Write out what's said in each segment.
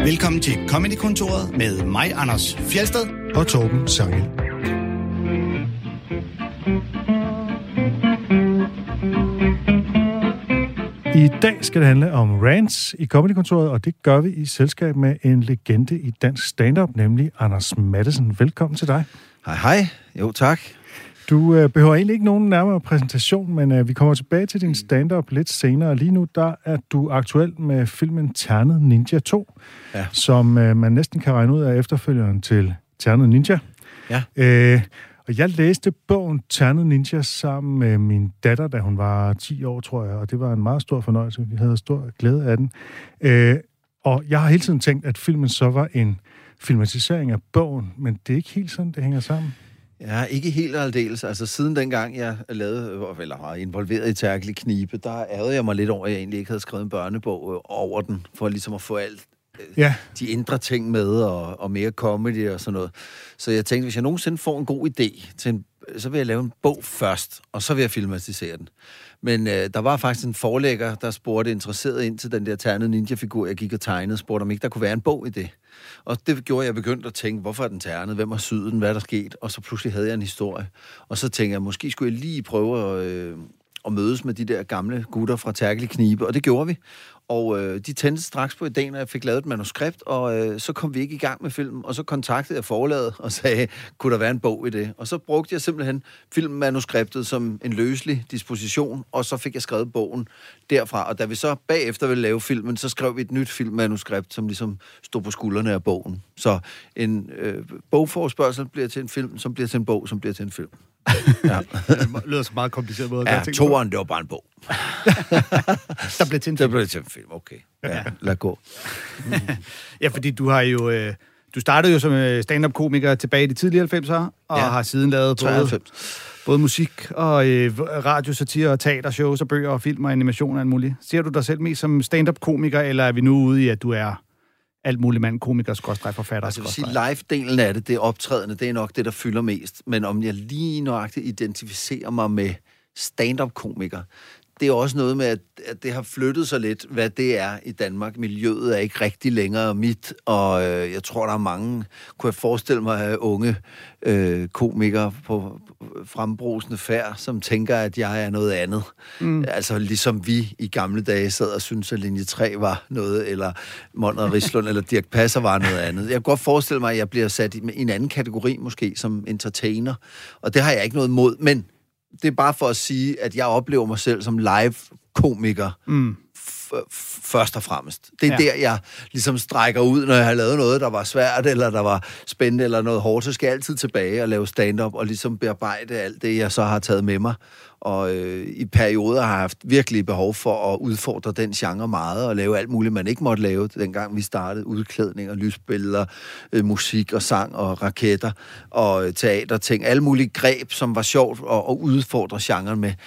Velkommen til Comedy-kontoret med mig, Anders Fjeldsted og Torben Sangel. I dag skal det handle om rants i Comedy-kontoret, og det gør vi i selskab med en legende i dansk stand-up, nemlig Anders Matthesen. Velkommen til dig. Hej, hej. Jo, tak. Du behøver egentlig ikke nogen nærmere præsentation, men vi kommer tilbage til din stand-up lidt senere. Lige nu, der er du aktuel med filmen Ternet Ninja 2, ja. Som man næsten kan regne ud af efterfølgeren til Ternet Ninja. Ja. Og jeg læste bogen Ternet Ninja sammen med min datter, da hun var 10 år, tror jeg, og det var en meget stor fornøjelse. Vi havde stor glæde af den. Og jeg har hele tiden tænkt, at filmen så var en filmatisering af bogen, men det er ikke helt sådan, det hænger sammen. Ja, ikke helt aldeles. Altså, siden dengang jeg var involveret i Terkel Knibe, der ærede jeg mig lidt over, at jeg egentlig ikke havde skrevet en børnebog over den, for ligesom at få alt de indre ting med, og mere comedy og sådan noget. Så jeg tænkte, hvis jeg nogensinde får en god idé, så vil jeg lave en bog først, og så vil jeg filmatisere den. Men der var faktisk en forlægger, der spurgte interesseret ind til den der ternede ninja-figur, jeg gik og tegnede, spurgte om ikke der kunne være en bog i det. Og det gjorde, jeg begyndte at tænke, hvorfor er den ternet? Hvem har syet den? Hvad er der sket? Og så pludselig havde jeg en historie. Og så tænkte jeg, måske skulle jeg lige prøve at mødes med de der gamle gutter fra Terkel Knibe, og det gjorde vi. Og de tændte straks på idéen, og jeg fik lavet et manuskript, og så kom vi ikke i gang med filmen, og så kontaktede jeg forlaget og sagde, kunne der være en bog i det? Og så brugte jeg simpelthen filmmanuskriptet som en løselig disposition, og så fik jeg skrevet bogen derfra. Og da vi så bagefter ville lave filmen, så skrev vi et nyt filmmanuskript, som ligesom stod på skuldrene af bogen. Så en bogforespørgsel bliver til en film, som bliver til en bog, som bliver til en film. Ja. Det lyder så meget kompliceret måde. Ja, toeren, det var bare en bog. Der blev til en film. Der blev til en film, okay. Ja, lad gå. Ja, fordi du har jo... Du startede jo som stand-up-komiker tilbage i de tidlige 90'ere, og har siden lavet både musik og radio, satire og teatershows og bøger og film og animation og alt muligt. Ser du dig selv mest som stand-up-komiker, eller er vi nu ude i, at du er alt muligt mand, komiker, forfatter? Altså, jeg vil sige, live-delen af det, det optrædende, det er nok det, der fylder mest. Men om jeg lige nøjagtigt identificerer mig med stand-up-komiker, det er også noget med, at det har flyttet sig lidt, hvad det er i Danmark. Miljøet er ikke rigtig længere mit, og jeg tror, der er mange, kunne jeg forestille mig, unge komikere på frembrusende færd, som tænker, at jeg er noget andet. Altså ligesom vi i gamle dage sad og syntes, at linje 3 var noget, eller Monrad Rislund eller Dirch Passer var noget andet. Jeg kan godt forestille mig, at jeg bliver sat i en anden kategori, måske som entertainer, og det har jeg ikke noget imod, men det er bare for at sige, at jeg oplever mig selv som live-komiker først og fremmest. Det er der, jeg ligesom strækker ud, når jeg har lavet noget, der var svært, eller der var spændende, eller noget hårdt, så skal jeg altid tilbage og lave stand-up, og ligesom bearbejde alt det, jeg så har taget med mig. Og i perioder har jeg haft virkelig behov for at udfordre den genre meget, og lave alt muligt, man ikke måtte lave, dengang vi startede. Udklædninger, lysbilleder, musik og sang og raketter og teaterting. Alle mulige greb, som var sjovt at udfordre genren med.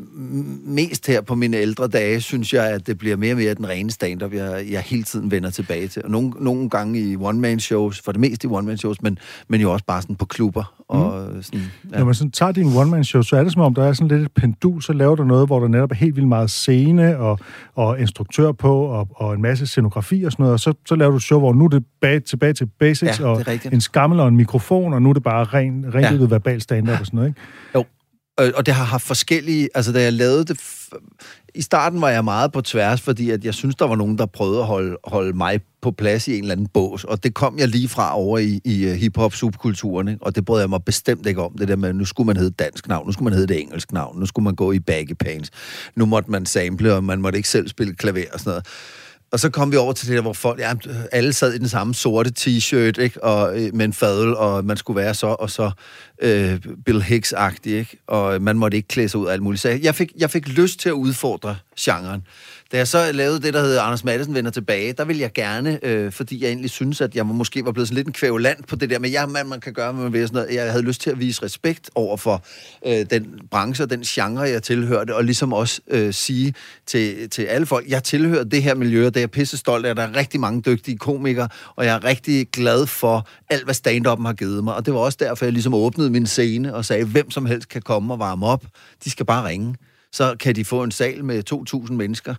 Mest her på mine ældre dage, synes jeg, at det bliver mere og mere den rene stand-up, jeg hele tiden vender tilbage til. Og nogle gange i one-man-shows, for det meste i one-man-shows, men jo også bare sådan på klubber. Og sådan, ja. Når man sådan tager din one-man-show, så er det som om, der er sådan lidt et pendul, så laver du noget, hvor der netop er helt vildt meget scene og instruktør på, og en masse scenografi og sådan noget, og så laver du et show, hvor nu er det tilbage til basics, og en skammel og en mikrofon, og nu er det bare rent verbal stand-up og sådan noget, ikke? Jo. Og det har haft forskellige... Altså, da jeg lavede det... I starten var jeg meget på tværs, fordi at jeg synes, der var nogen, der prøvede at holde mig på plads i en eller anden bås. Og det kom jeg lige fra over i hip-hop-subkulturen, og det brød jeg mig bestemt ikke om. Det der med, nu skulle man hedde dansk navn, nu skulle man hedde det engelsk navn, nu skulle man gå i baggy pants, nu måtte man sample, og man måtte ikke selv spille klaver og sådan noget. Og så kom vi over til det der, hvor folk, alle sad i den samme sorte t-shirt, ikke? Og med en fadøl, og man skulle være så og så Bill Hicks-agtig, ikke? Og man måtte ikke klæde sig ud af alt muligt. Så jeg fik lyst til at udfordre genren. Da jeg så lavede det, der hedder Anders Matthesen vender tilbage, der ville jeg gerne, fordi jeg egentlig synes, at jeg måske var blevet sådan lidt en kvævulant på det der med, man kan gøre, hvad man vil, sådan noget. Jeg havde lyst til at vise respekt over for den branche og den genre, jeg tilhørte, og ligesom også sige til alle folk, jeg tilhører det her miljø, og det er jeg pissestolt af, at der er rigtig mange dygtige komikere, og jeg er rigtig glad for alt, hvad stand-up'en har givet mig. Og det var også derfor, jeg ligesom åbnede min scene og sagde, hvem som helst kan komme og varme op. De skal bare ringe. Så kan de få en sal med 2.000 mennesker,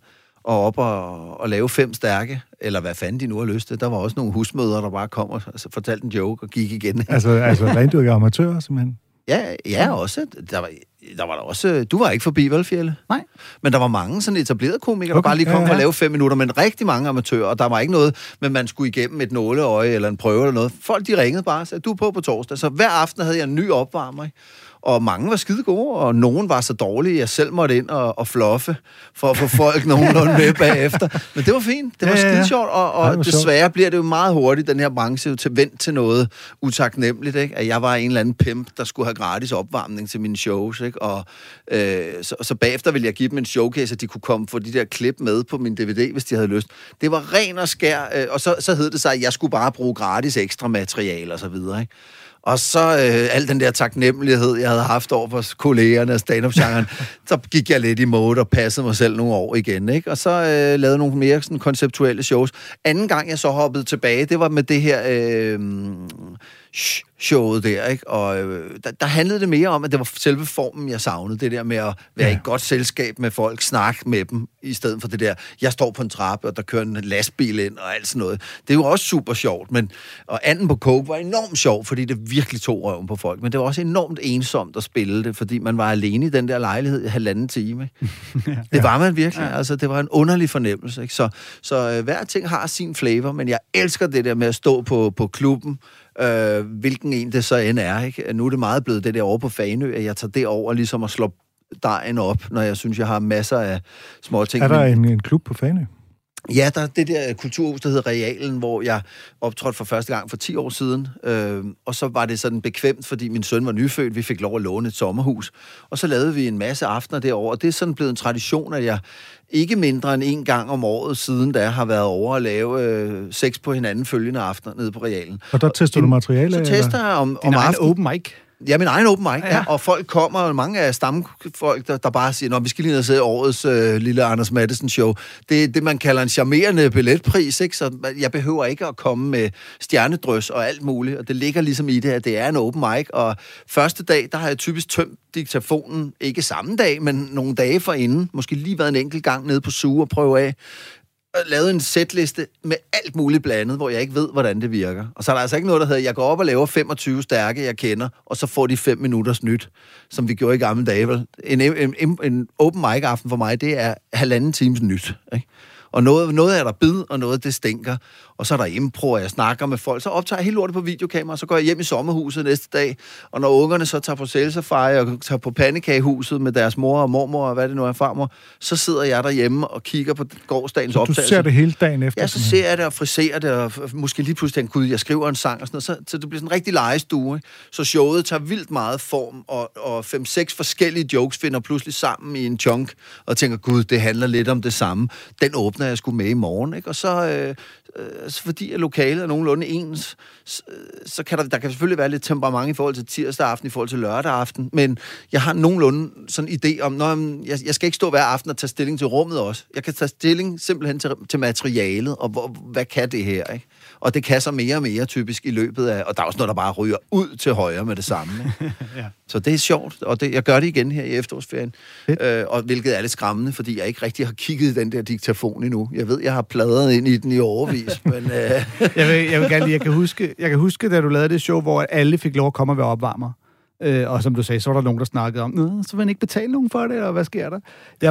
og op og lave 5 stærke, eller hvad fanden de nu har lyst til. Der var også nogle husmødre, der bare kom og fortalte en joke og gik igen. Altså rent amatører, simpelthen? Ja, også. Der var der også... Du var ikke forbi, vel, Fjelle? Nej. Men der var mange sådan etablerede komikere, der bare lige kom for at lave 5 minutter, men rigtig mange amatører, og der var ikke noget, men man skulle igennem et nåleøje eller en prøve eller noget. Folk, de ringede bare og sagde, du er på torsdag. Så hver aften havde jeg en ny opvarmer, og mange var skide gode, og nogen var så dårlige, jeg selv måtte ind og fluffe, for at få folk nogenlunde med bagefter. Men det var fint, det var skide sjovt, og desværre bliver det jo meget hurtigt, den her branche, til vendt til noget utaknemmeligt, ikke? At jeg var en eller anden pimp, der skulle have gratis opvarmning til mine shows, ikke? Og så bagefter ville jeg give dem en showcase, at de kunne komme få de der klip med på min DVD, hvis de havde lyst. Det var ren og skær, og så hed det sig, at jeg skulle bare bruge gratis ekstra materiale og så videre, ikke? Og så al den der taknemmelighed, jeg havde haft over for kollegerne af stand-up-genren, så gik jeg lidt i mode og passede mig selv nogle år igen, ikke? Og så lavede nogle mere sådan konceptuelle shows. Anden gang, jeg så hoppede tilbage, det var med det her showet der, ikke? Og der handlede det mere om, at det var selve formen, jeg savnede. Det der med at være i et godt selskab med folk, snakke med dem, i stedet for det der, jeg står på en trappe, og der kører en lastbil ind, og alt sådan noget. Det er jo også super sjovt, og anden på coke var enormt sjovt, fordi det virkelig tog røven på folk, men det var også enormt ensomt at spille det, fordi man var alene i den der lejlighed i 1,5 time. Det var man virkelig, altså det var en underlig fornemmelse, ikke? Så hver ting har sin flavor, men jeg elsker det der med at stå på klubben, hvilken en det så end er, ikke? Nu er det meget blevet det der over på Fanø, at jeg tager det over ligesom at slå dejen op, når jeg synes, jeg har masser af små ting. Er der en klub på Fanø? Ja, der er det der kulturhus, der hedder Realen, hvor jeg optrådte for første gang for 10 år siden. Og så var det sådan bekvemt, fordi min søn var nyfødt. Vi fik lov at låne et sommerhus. Og så lavede vi en masse aftener derovre. Og det er sådan blevet en tradition, at jeg ikke mindre end 1 gang om året siden, da jeg har været over at lave 6 på hinanden følgende aftener nede på Realen. Og der tester du materiale? Så tester jeg om aftenen. Open mic? Ja, min egen open mic, ja. Og folk kommer, og mange af stamfolk, der bare siger, nå, vi skal lige ned og se årets lille Anders Matthesen-show. Det er det, man kalder en charmerende billetpris, ikke? Så jeg behøver ikke at komme med stjernedrys og alt muligt, og det ligger ligesom i det, at det er en open mic, og første dag, der har jeg typisk tømt diktafonen, ikke samme dag, men nogle dage forinden, måske lige været en enkelt gang nede på Suge og prøve af, lavet en setliste med alt muligt blandet, hvor jeg ikke ved, hvordan det virker. Og så er der altså ikke noget, der hedder, jeg går op og laver 25 stærke, jeg kender, og så får de 5 minutters nyt, som vi gjorde i gamle dage. Vel? En open mic-aften for mig, det er 1,5 times nyt, ikke? Og noget er der bid, og noget det stinker. Og så er der impro, og jeg snakker med folk. Så optager jeg helt lortet på videokamera, og så går jeg hjem i sommerhuset næste dag. Og når ungerne så tager på sælsafari og tager på pandekagehuset med deres mor og mormor, og hvad det nu er, farmor, så sidder jeg derhjemme og kigger på gårsdagens optagelse. Du ser det hele dagen efter? Ja, så ser jeg det og friserer det, og måske lige pludselig tænker, gud, jeg skriver en sang og sådan noget. Så det bliver sådan en rigtig legestue, ikke? Så showet tager vildt meget form, og 5-6 forskellige jokes finder pludselig sammen i en chunk, og tænker, gud, det handler lidt om det samme. Den åbner jeg sgu med i morgen, ikke? Og så fordi at lokalet er nogenlunde ens, så kan der kan selvfølgelig være lidt temperament i forhold til tirsdag aften, i forhold til lørdag aften, men jeg har nogenlunde sådan en idé om, jeg skal ikke stå hver aften og tage stilling til rummet også. Jeg kan tage stilling simpelthen til materialet, og hvad kan det her, ikke? Og det kan så mere og mere typisk i løbet af, og der er også noget, der bare ryger ud til højre med det samme, ikke? Ja. Så det er sjovt, og jeg gør det igen her i efterårsferien, og hvilket er lidt skræmmende, fordi jeg ikke rigtig har kigget i den der diktafon endnu. Jeg ved, jeg har pladret ind i den i overvis, men... Jeg vil gerne lige, jeg kan huske, da du lavede det show, hvor alle fik lov at komme og være opvarmer. Og som du sagde, så var der nogen, der snakkede om, så vil man ikke betale nogen for det, og hvad sker der?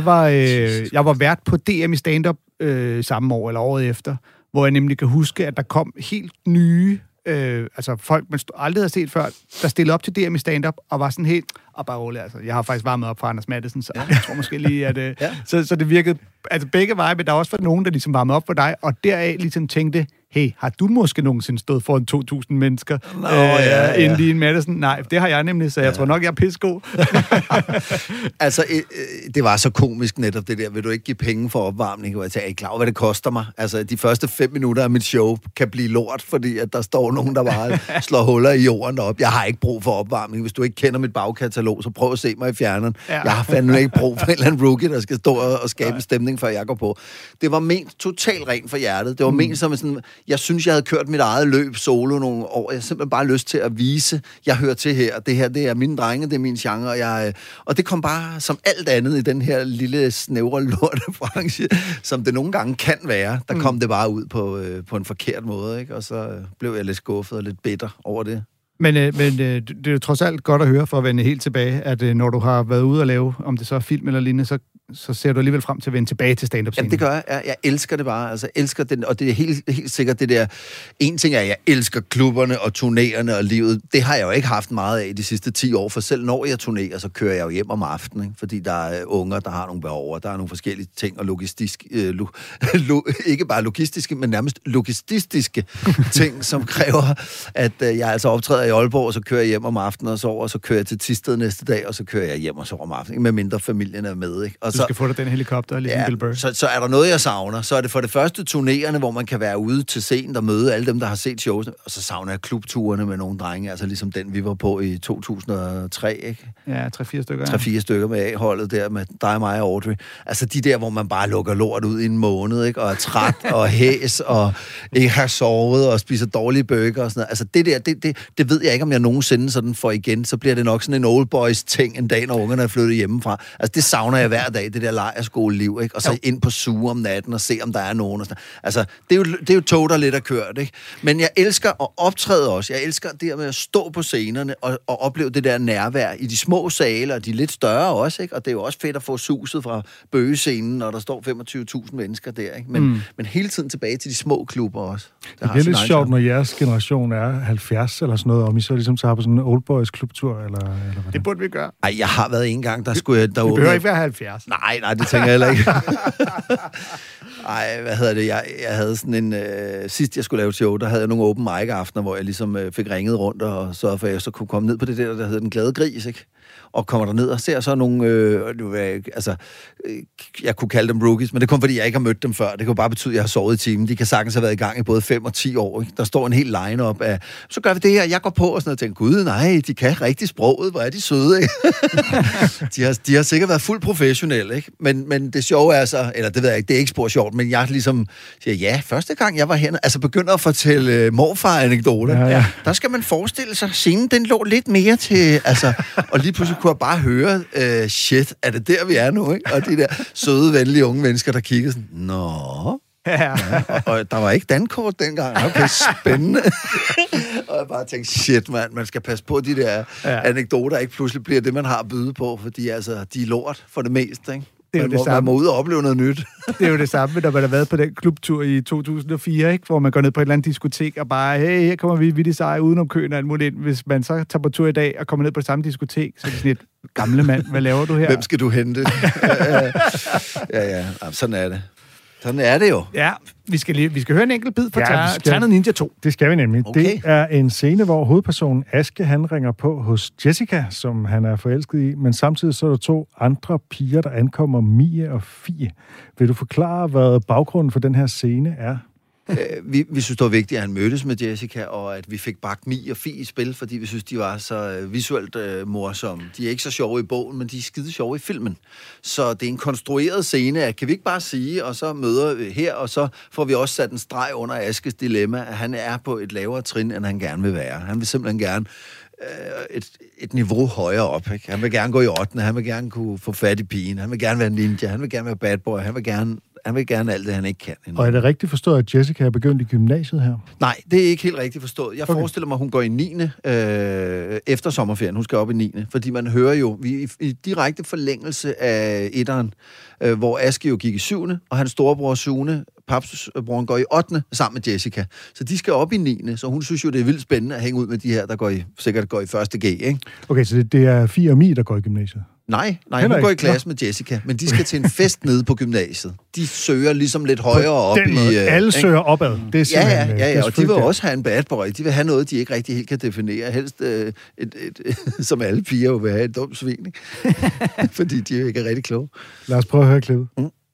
Jeg var vært på DM i stand-up samme år, eller året efter, hvor jeg nemlig kan huske, at der kom helt nye, altså folk, man aldrig havde set før, der stillede op til DM i stand-up, og var sådan helt, og bare roligt, altså, jeg har faktisk varmet op for Anders Matthesen, så jeg tror måske lige, at så det virkede, altså begge veje, men der har også været nogen, der ligesom varmede op for dig, og deraf ligesom tænkte, hey, har du måske nogensinde stået foran 2.000 mennesker inden i en Matthesen? Nej, det har jeg nemlig, så jeg tror nok, jeg er pissegod. Altså, det var så komisk netop det der, vil du ikke give penge for opvarmning? Jeg tænkte, er I klar over, hvad det koster mig? Altså, de første 5 minutter af mit show kan blive lort, fordi at der står nogen, der bare slår huller i jorden deroppe. Jeg har ikke brug for opvarmning. Hvis du ikke kender mit bagkatalog, så prøv at se mig i fjerneren. Ja. Jeg har fandme ikke brug for en eller anden rookie, der skal stå og skabe en stemning, før jeg går på. Det var ment totalt rent for hjertet. Det var ment som sådan, Jeg synes, jeg havde kørt mit eget løb solo nogle år. Jeg har simpelthen bare lyst til at vise, jeg hører til her. Det her, det er mine drenge, det er min genre. Og det kom bare som alt andet i den her lille snævre lortebranche, som det nogle gange kan være. Der kom det bare ud på en forkert måde, ikke? Og så blev jeg lidt skuffet og lidt bitter over det. Men det er jo trods alt godt at høre, for at vende helt tilbage, at når du har været ude og lave, om det så er film eller lignende, så ser du alligevel frem til at vende tilbage til stand-up-scenen. Jamen, det gør jeg. Jeg elsker det bare. Altså, elsker den, og det er helt sikkert det der... En ting er, at jeg elsker klubberne og turnererne og livet. Det har jeg jo ikke haft meget af de sidste 10 år, for selv når jeg turnerer, så kører jeg jo hjem om aftenen, ikke? Fordi der er unger, der har nogle behov, og der er nogle forskellige ting, og ikke bare logistiske, men nærmest logistiske ting, som kræver, at jeg altså optræder i Aalborg, og så kører jeg hjem om aftenen og sover, og så kører jeg til Thisted næste dag, og så kører jeg hjem og sover om aftenen, med mindre familien er med, ikke? Og du skal få dig den helikopter, ligesom Bill Burr. Så er der noget, jeg savner. Så er det for det første turnerende, hvor man kan være ude til scenen og møde alle dem, der har set shows. Og så savner jeg klubturene med nogle drenge, altså ligesom den, vi var på i 2003, ikke? Ja, 3-4 stykker. 3-4 stykker med A-holdet der, med dig, mig og Audrey. Altså de der, hvor man bare lukker lort ud i en måned, ikke? Og er træt og hæs og ikke har sovet og spiser dårlige burger og sådan noget. Altså det der, det ved jeg ikke, om jeg nogensinde sådan får igen. Så bliver det nok sådan en old boys ting en dag, når ungerne er flyttet hjemmefra. Altså det savner jeg hver dag, det der lejrskoleliv, ikke? Og så ind på suge om natten og se, om der er nogen. Og sådan. Altså, det er jo tog, der lidt er kørt, ikke? Men jeg elsker at optræde også. Jeg elsker det med at stå på scenerne og opleve det der nærvær i de små sale, og de lidt større også, ikke? Og det er jo også fedt at få suset fra bøgescenen, når der står 25.000 mennesker der, ikke? Men hele tiden tilbage til de små klubber også. Det er lidt sjovt, når jeres generation er 70 eller sådan noget, om I så ligesom tager på sådan en old boys klubtur, eller hvad? Det burde vi gøre. Ej, jeg har været en gang, der skulle jeg... Vi behøver ikke være 70. Nej, det tænker jeg heller ikke. Ej, hvad hedder det? Jeg havde sådan en... sidst jeg skulle lave et show, der havde jeg nogle open mic aftener, hvor jeg ligesom fik ringet rundt og sørgede for, at jeg så kunne komme ned på det der hedder Den Glade Gris, ikke? Og kommer der ned og ser så nogle... jeg kunne kalde dem rookies, men det kom fordi, jeg ikke har mødt dem før. Det kunne bare betyde, at jeg har sovet i timen. De kan sagtens have været i gang i både 5 og 10 år, ikke? Der står en hel line-up af... Så gør vi det her, jeg går på og sådan noget, og tænker, gud, nej, de kan rigtig sproget, hvor er de søde, ikke? de har sikkert været fuldt professionelle, ikke? Men det sjove er så... Eller det ved jeg ikke, det er ikke spor sjovt, men jeg ligesom siger, ja, første gang jeg var hernede, altså begynder at fortælle morfar-anekdoter. Ja. Der skal man forestille sig, scenen den lå lidt mere til... Altså, og lige pludselig kunne jeg bare høre, shit, er det der, vi er nu, ikke? Og de der søde, venlige unge mennesker, der kiggede sådan, nå... Ja, og der var ikke dankort dengang. Okay, spændende. Og jeg bare tænkte, shit, man skal passe på, de der anekdoter ikke pludselig bliver det, man har at byde på, fordi altså, de er lort for det meste, ikke? Det er jo det samme. Man må ud og opleve noget nyt. Det er jo det samme, når man har været på den klubtur i 2004, ikke? Hvor man går ned på et eller andet diskotek og bare, hey, her kommer vi vidt i sig udenom køen og alt muligt. Hvis man så tager på tur i dag og kommer ned på det samme diskotek, så er det sådan et, gamle mand, hvad laver du her? Hvem skal du hente? Ja, sådan er det. Sådan er det jo. Ja, vi skal høre en enkelt bid fra Ternet Ninja 2. Det skal vi nemlig. Okay. Det er en scene, hvor hovedpersonen Aske, han ringer på hos Jessica, som han er forelsket i, men samtidig så er der 2 andre piger, der ankommer, Mie og Fie. Vil du forklare, hvad baggrunden for den her scene er? Vi synes, det var vigtigt, at han mødtes med Jessica, og at vi fik bragt Mie og Fie i spil, fordi vi synes, de var så visuelt morsomme. De er ikke så sjove i bogen, men de er skide sjove i filmen. Så det er en konstrueret scene, at kan vi ikke bare sige, og så møder vi her, og så får vi også sat en streg under Askes dilemma, at han er på et lavere trin, end han gerne vil være. Han vil simpelthen gerne et niveau højere op, ikke? Han vil gerne gå i 8. Han vil gerne kunne få fat i pigen. Han vil gerne være ninja. Han vil gerne være bad boy. Han vil gerne alt det, han ikke kan. Og er det rigtigt forstået, at Jessica er begyndt i gymnasiet her? Nej, det er ikke helt rigtigt forstået. Jeg forestiller mig, at hun går i 9. Efter sommerferien. Hun skal op i 9. Fordi man hører jo, vi i direkte forlængelse af etteren, hvor Aske jo gik i 7. og hans storebror Sune, papsbroren, går i 8. sammen med Jessica. Så de skal op i 9. Så hun synes jo, det er vildt spændende at hænge ud med de her, der sikkert går i 1. G, ikke? Okay, så det er Fie og Mie, der går i gymnasiet? Nej, hun går i klasse med Jessica, men de skal til en fest nede på gymnasiet. De søger ligesom lidt højere op i... Alle søger opad. Det er ja, og de vil også have en bad boy. De vil have noget, de ikke rigtig helt kan definere. Helst, som alle piger jo vil have, et dumt svin, ikke? Fordi de jo ikke er rigtig kloge. Lad os prøve at høre klippet.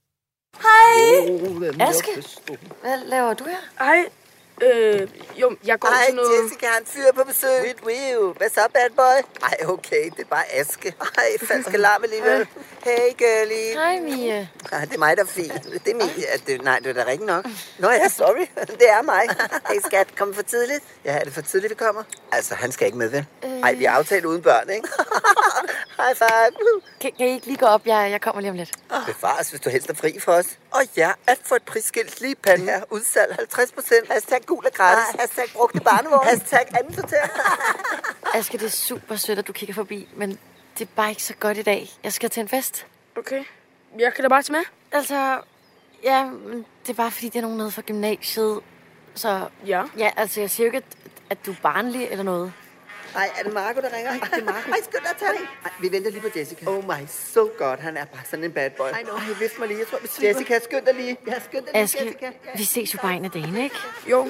Hej! Aske, hvad laver du her? Hej. Jeg går til noget... Hej, Jessica, han fyrer på besøg. Hvad så, bad boy? Ej, okay, det er bare Aske. Ej, falsk alarm alligevel. Hey, girlie. Hej, Mia. Ah, det er mig, der er fin. Det er Mia. Nej, det er da rigtigt nok. Nå ja, sorry. Det er mig. Hey, skat, kom for tidligt. Ja, er det for tidligt, vi kommer? Altså, han skal ikke med, vel? Ej, vi har aftalt uden børn, ikke? High five. Kan I ikke lige gå op? Jeg kommer lige om lidt. Bevares, hvis du helst er fri for os. Og ja, at få et prisskilt lige panden her. Udsalg 50%. Hashtag gul og gratis. Hashtag brugte barnevogn. Hashtag anden sortering. Asger, det er super sødt, at du kigger forbi, men det er bare ikke så godt i dag. Jeg skal til en fest. Okay. Jeg kan da bare tage med. Altså, ja, men det er bare fordi, det er nogen nede fra gymnasiet. Så Ja. Ja, altså, jeg siger jo ikke, at du er barnlig eller noget. Ej, er det Marco, der ringer? Ej, det er Marco. Ej, skynd dig at tage det. Ej, vi venter lige på Jessica. Oh my, so god. Han er bare sådan en bad boy. Ej, vift mig lige. Jeg tror, vi sviner. Jessica, skynd dig lige. Ja, skynd dig lige, Asger, Jessica. vi ses jo bare en af dagene, ikke? Jo.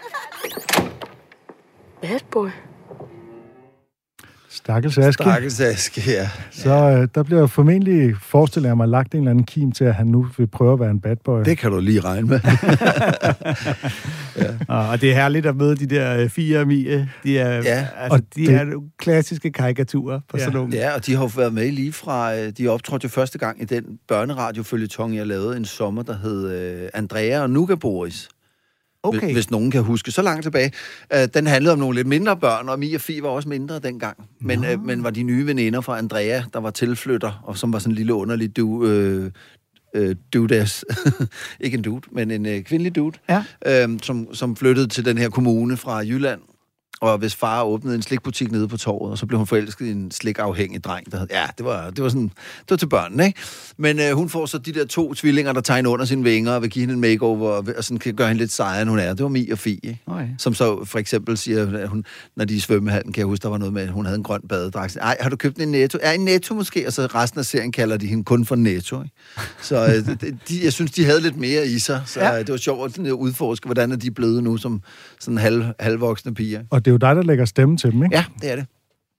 Bad boy. Stakkels Aske. Stakkels Aske, ja. Så der bliver formentlig, forestiller jeg mig, lagt en eller anden kim til, at han nu vil prøve at være en bad boy. Det kan du lige regne med. Og det er herligt at møde de der 4 Mie. De er, er jo klassiske karikaturer på sådan nogle. Ja, og de har jo været med lige fra... De optrådte jo første gang i den børneradiofølgetong, jeg lavede en sommer, der hed Andrea og Nuka Boris. Okay. Hvis nogen kan huske, så langt tilbage. Den handlede om nogle lidt mindre børn, og Mia og Fie var også mindre dengang. Men var de nye veninder fra Andrea, der var tilflytter, og som var sådan en lille underlig dudes. Ikke en dude, men en kvindelig dude. Ja. Som flyttede til den her kommune fra Jylland. Og hvis far åbnede en slikbutik nede på torvet, og så blev hun forelsket i en slikafhængig dreng, der havde, det var sådan, det var til børnene, ikke? Men hun får så de der 2 tvillinger, der tegner under sine vinger, og vil give hende en makeover, og sådan kan gøre hende lidt sejere, end hun er. Det var Mia og Fie, ikke? Okay. Som så for eksempel siger, hun, når de er i svømmehallen, kan jeg huske, der var noget med, at hun havde en grøn badedragt. Ej, har du købt en Netto? Ja, en Netto måske, og så resten af serien kalder de hende kun for Netto, ikke? Så jeg synes, de havde lidt mere i sig, så det var sjovt at udforske, hvordan er de blevet nu som sådan halvvoksne piger. Og det er jo dig, der lægger stemme til dem, ikke? Ja, det er det.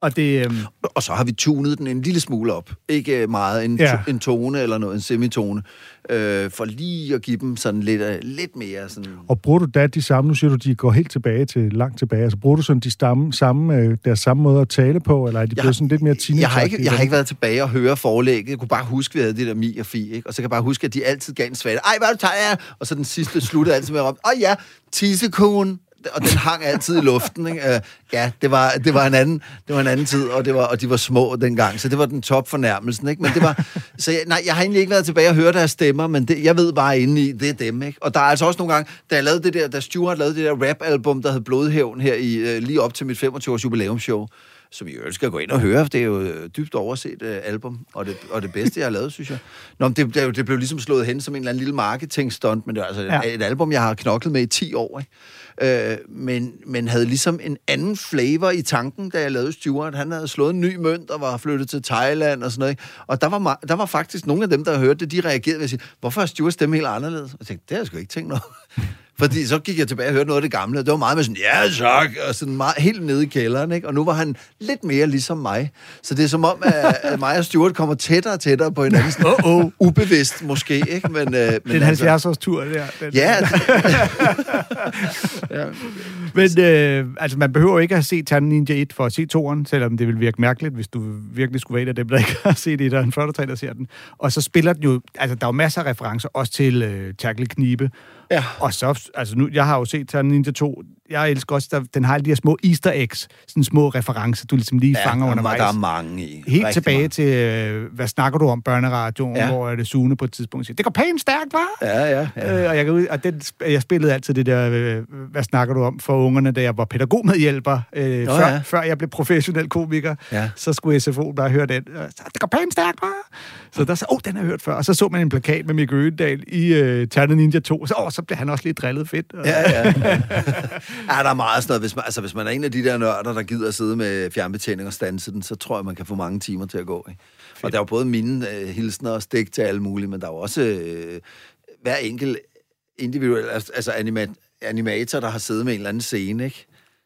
Og så har vi tunet den en lille smule op. Ikke meget, en tone eller noget, en semitone. For lige at give dem sådan lidt mere sådan... Og bruger du da de samme, nu siger du, de går helt tilbage til langt tilbage, altså bruger du sådan deres samme måde at tale på, eller er de blevet sådan lidt mere teenage? Jeg har ikke været tilbage og høre forelægget. Jeg kunne bare huske, vi havde det der Mia og Fie, ikke? Og så kan jeg bare huske, at de altid gav en svagt. Ej, hvad er du tager? Og så den sidste sluttede altid med at råbe, tissekone. Og den hang altid i luften, ikke? Ja, det var en anden tid, og de var små dengang, så det var den top fornærmelsen, ikke? Men det var, jeg har egentlig ikke været tilbage og høre deres stemmer, men jeg ved bare inde i, det er dem, ikke? Og der er altså også nogle gange, da Stuart lavede det der rap-album, der hed Blodhævn her lige op til mit 25-års jubilæumsshow, som I jo skal gå ind og høre, det er jo dybt overset album, og det bedste, jeg har lavet, synes jeg. Nå, det blev ligesom slået hen som en eller anden lille marketing-stunt, men det er altså et album, jeg har knoklet med i 10 år, ikke? Men havde ligesom en anden flavor i tanken, da jeg lavede Stuart. Han havde slået en ny mønt og var flyttet til Thailand og sådan noget, ikke? Og der var faktisk nogle af dem, der hørte det, de reagerede ved at sige, hvorfor er Stuarts stemme helt anderledes? Og jeg tænkte, det har jeg sgu ikke tænkt noget. Fordi så gik jeg tilbage og hørte noget af det gamle, og det var meget med sådan, ja tak, og sådan meget helt nede i kælderen, ikke? Og nu var han lidt mere ligesom mig. Så det er som om, at mig og Stuart kommer tættere og tættere på hinanden. Ubevidst måske, ikke? Men det er en 70-års tur, der. Ja. Men altså, man behøver ikke at se Ternet Ninja 1 for at se 2'eren, selvom det vil virke mærkeligt, hvis du virkelig skulle være en af dem, der ikke har set det, der er en 40 der ser den. Og så spiller den jo, altså der er jo masser af referencer, også til Tackle Knibe. Ja. Og så, altså nu, jeg har jo set Ternet Ninja 2, jeg elsker også, den har alle de her små easter eggs, sådan små referencer, du ligesom lige fanger undervejs. Der er mange i. Helt tilbage mange. Til, hvad snakker du om, børneradioen, hvor det Sune på et tidspunkt siger, det går pænt stærkt, hva'? Ja. Og jeg spillede altid det der, hvad snakker du om, for ungerne, da jeg var pædagogmedhjælper, før jeg blev professionel komiker, så skulle SFO bare høre den. Det går pænt stærkt, hva'? Så der så, den har jeg hørt før. Og så man en plakat med Mikke Øgendahl i Ternet Ninja 2, så blev han også lidt drillet fedt. Ja, der er meget sådan noget. Hvis man er en af de der nørder, der gider at sidde med fjernbetjening og standse den, så tror jeg, man kan få mange timer til at gå. Ikke? Og der er jo både mine hilsner og stik til alle mulige, men der er jo også hver enkelt individuel, altså animator, der har siddet med en eller anden scene, ikke?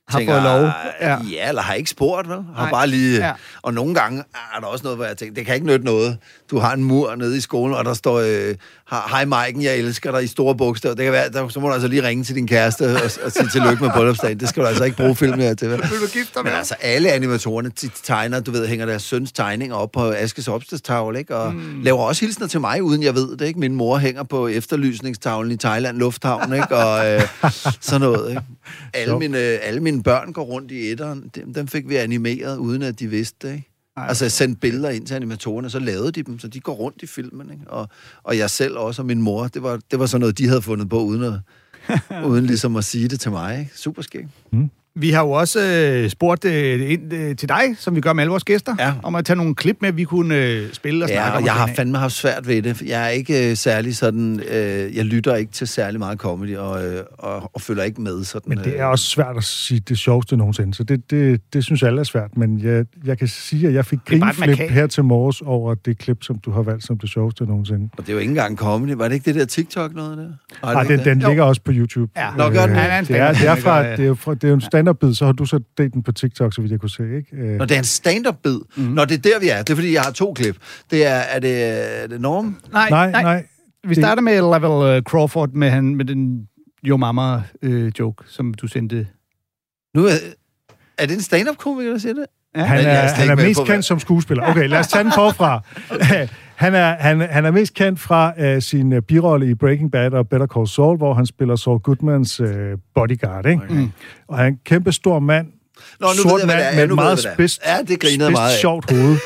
har fået lov. Ja, eller har ikke spurgt, vel? Har bare lige... Ja. Og nogle gange er der også noget, hvor jeg tænker, det kan ikke nytte noget. Du har en mur nede i skolen, og der står, hej Maiken, jeg elsker dig i store bogstaver. Det kan være, så må du altså lige ringe til din kæreste og sige tillykke med bryllupsdagen. Det skal du altså ikke bruge filmen her til, vel? Vil du gifte dig med? Men altså, alle animatorerne tegner, du ved, hænger deres søns tegninger op på Askes opslagstavle, ikke? Og laver også hilsner til mig, uden jeg ved det, ikke? Min mor hænger på efterlysningstavlen i Thailand Lufthavn, ikke? Og sådan noget, ikke? Alle mine børn går rundt i etteren. Dem fik vi animeret, uden at de vidste det, ikke? Altså, jeg sendte billeder ind til animatorerne, så lavede de dem, så de går rundt i filmen, ikke? Og jeg selv også, og min mor, det var sådan noget, de havde fundet på, uden ligesom at sige det til mig, ikke? Super skægt. Vi har jo også spurgt ind til dig, som vi gør med alle vores gæster, om at tage nogle klip med, vi kunne spille og snakke om. Jeg har fandme haft svært ved det. Jeg er ikke særlig sådan... jeg lytter ikke til særlig meget comedy, og følger ikke med sådan... Men det er også svært at sige det sjoveste nogensinde, så det synes alle er svært. Men jeg kan sige, at jeg fik grinflip her til morges over det klip, som du har valgt som det sjoveste nogensinde. Og det er jo ikke engang comedy. Var det ikke det der TikTok noget der? Nej, den ligger også på YouTube. Ja. Nå, gør den. Det er jo en stand-up-bid, så har du så delt den på TikTok, så vidt jeg kunne se, ikke? Når det er en stand-up-bid. Når det er der, vi er. Det er, fordi jeg har 2 klip. Er det Norm? Nej. Vi starter med Level Crawford med den Yo Mama-joke, som du sendte. Nu er det en stand-up-komiker, der siger det? Ja. Han er mest kendt som skuespiller. Okay, lad os tage den forfra. Han er mest kendt fra sin birolle i Breaking Bad og Better Call Saul, hvor han spiller Saul Goodmans bodyguard, ikke? Okay. Og han er en kæmpe stor mand, sort mand med et meget spidst, sjovt hoved.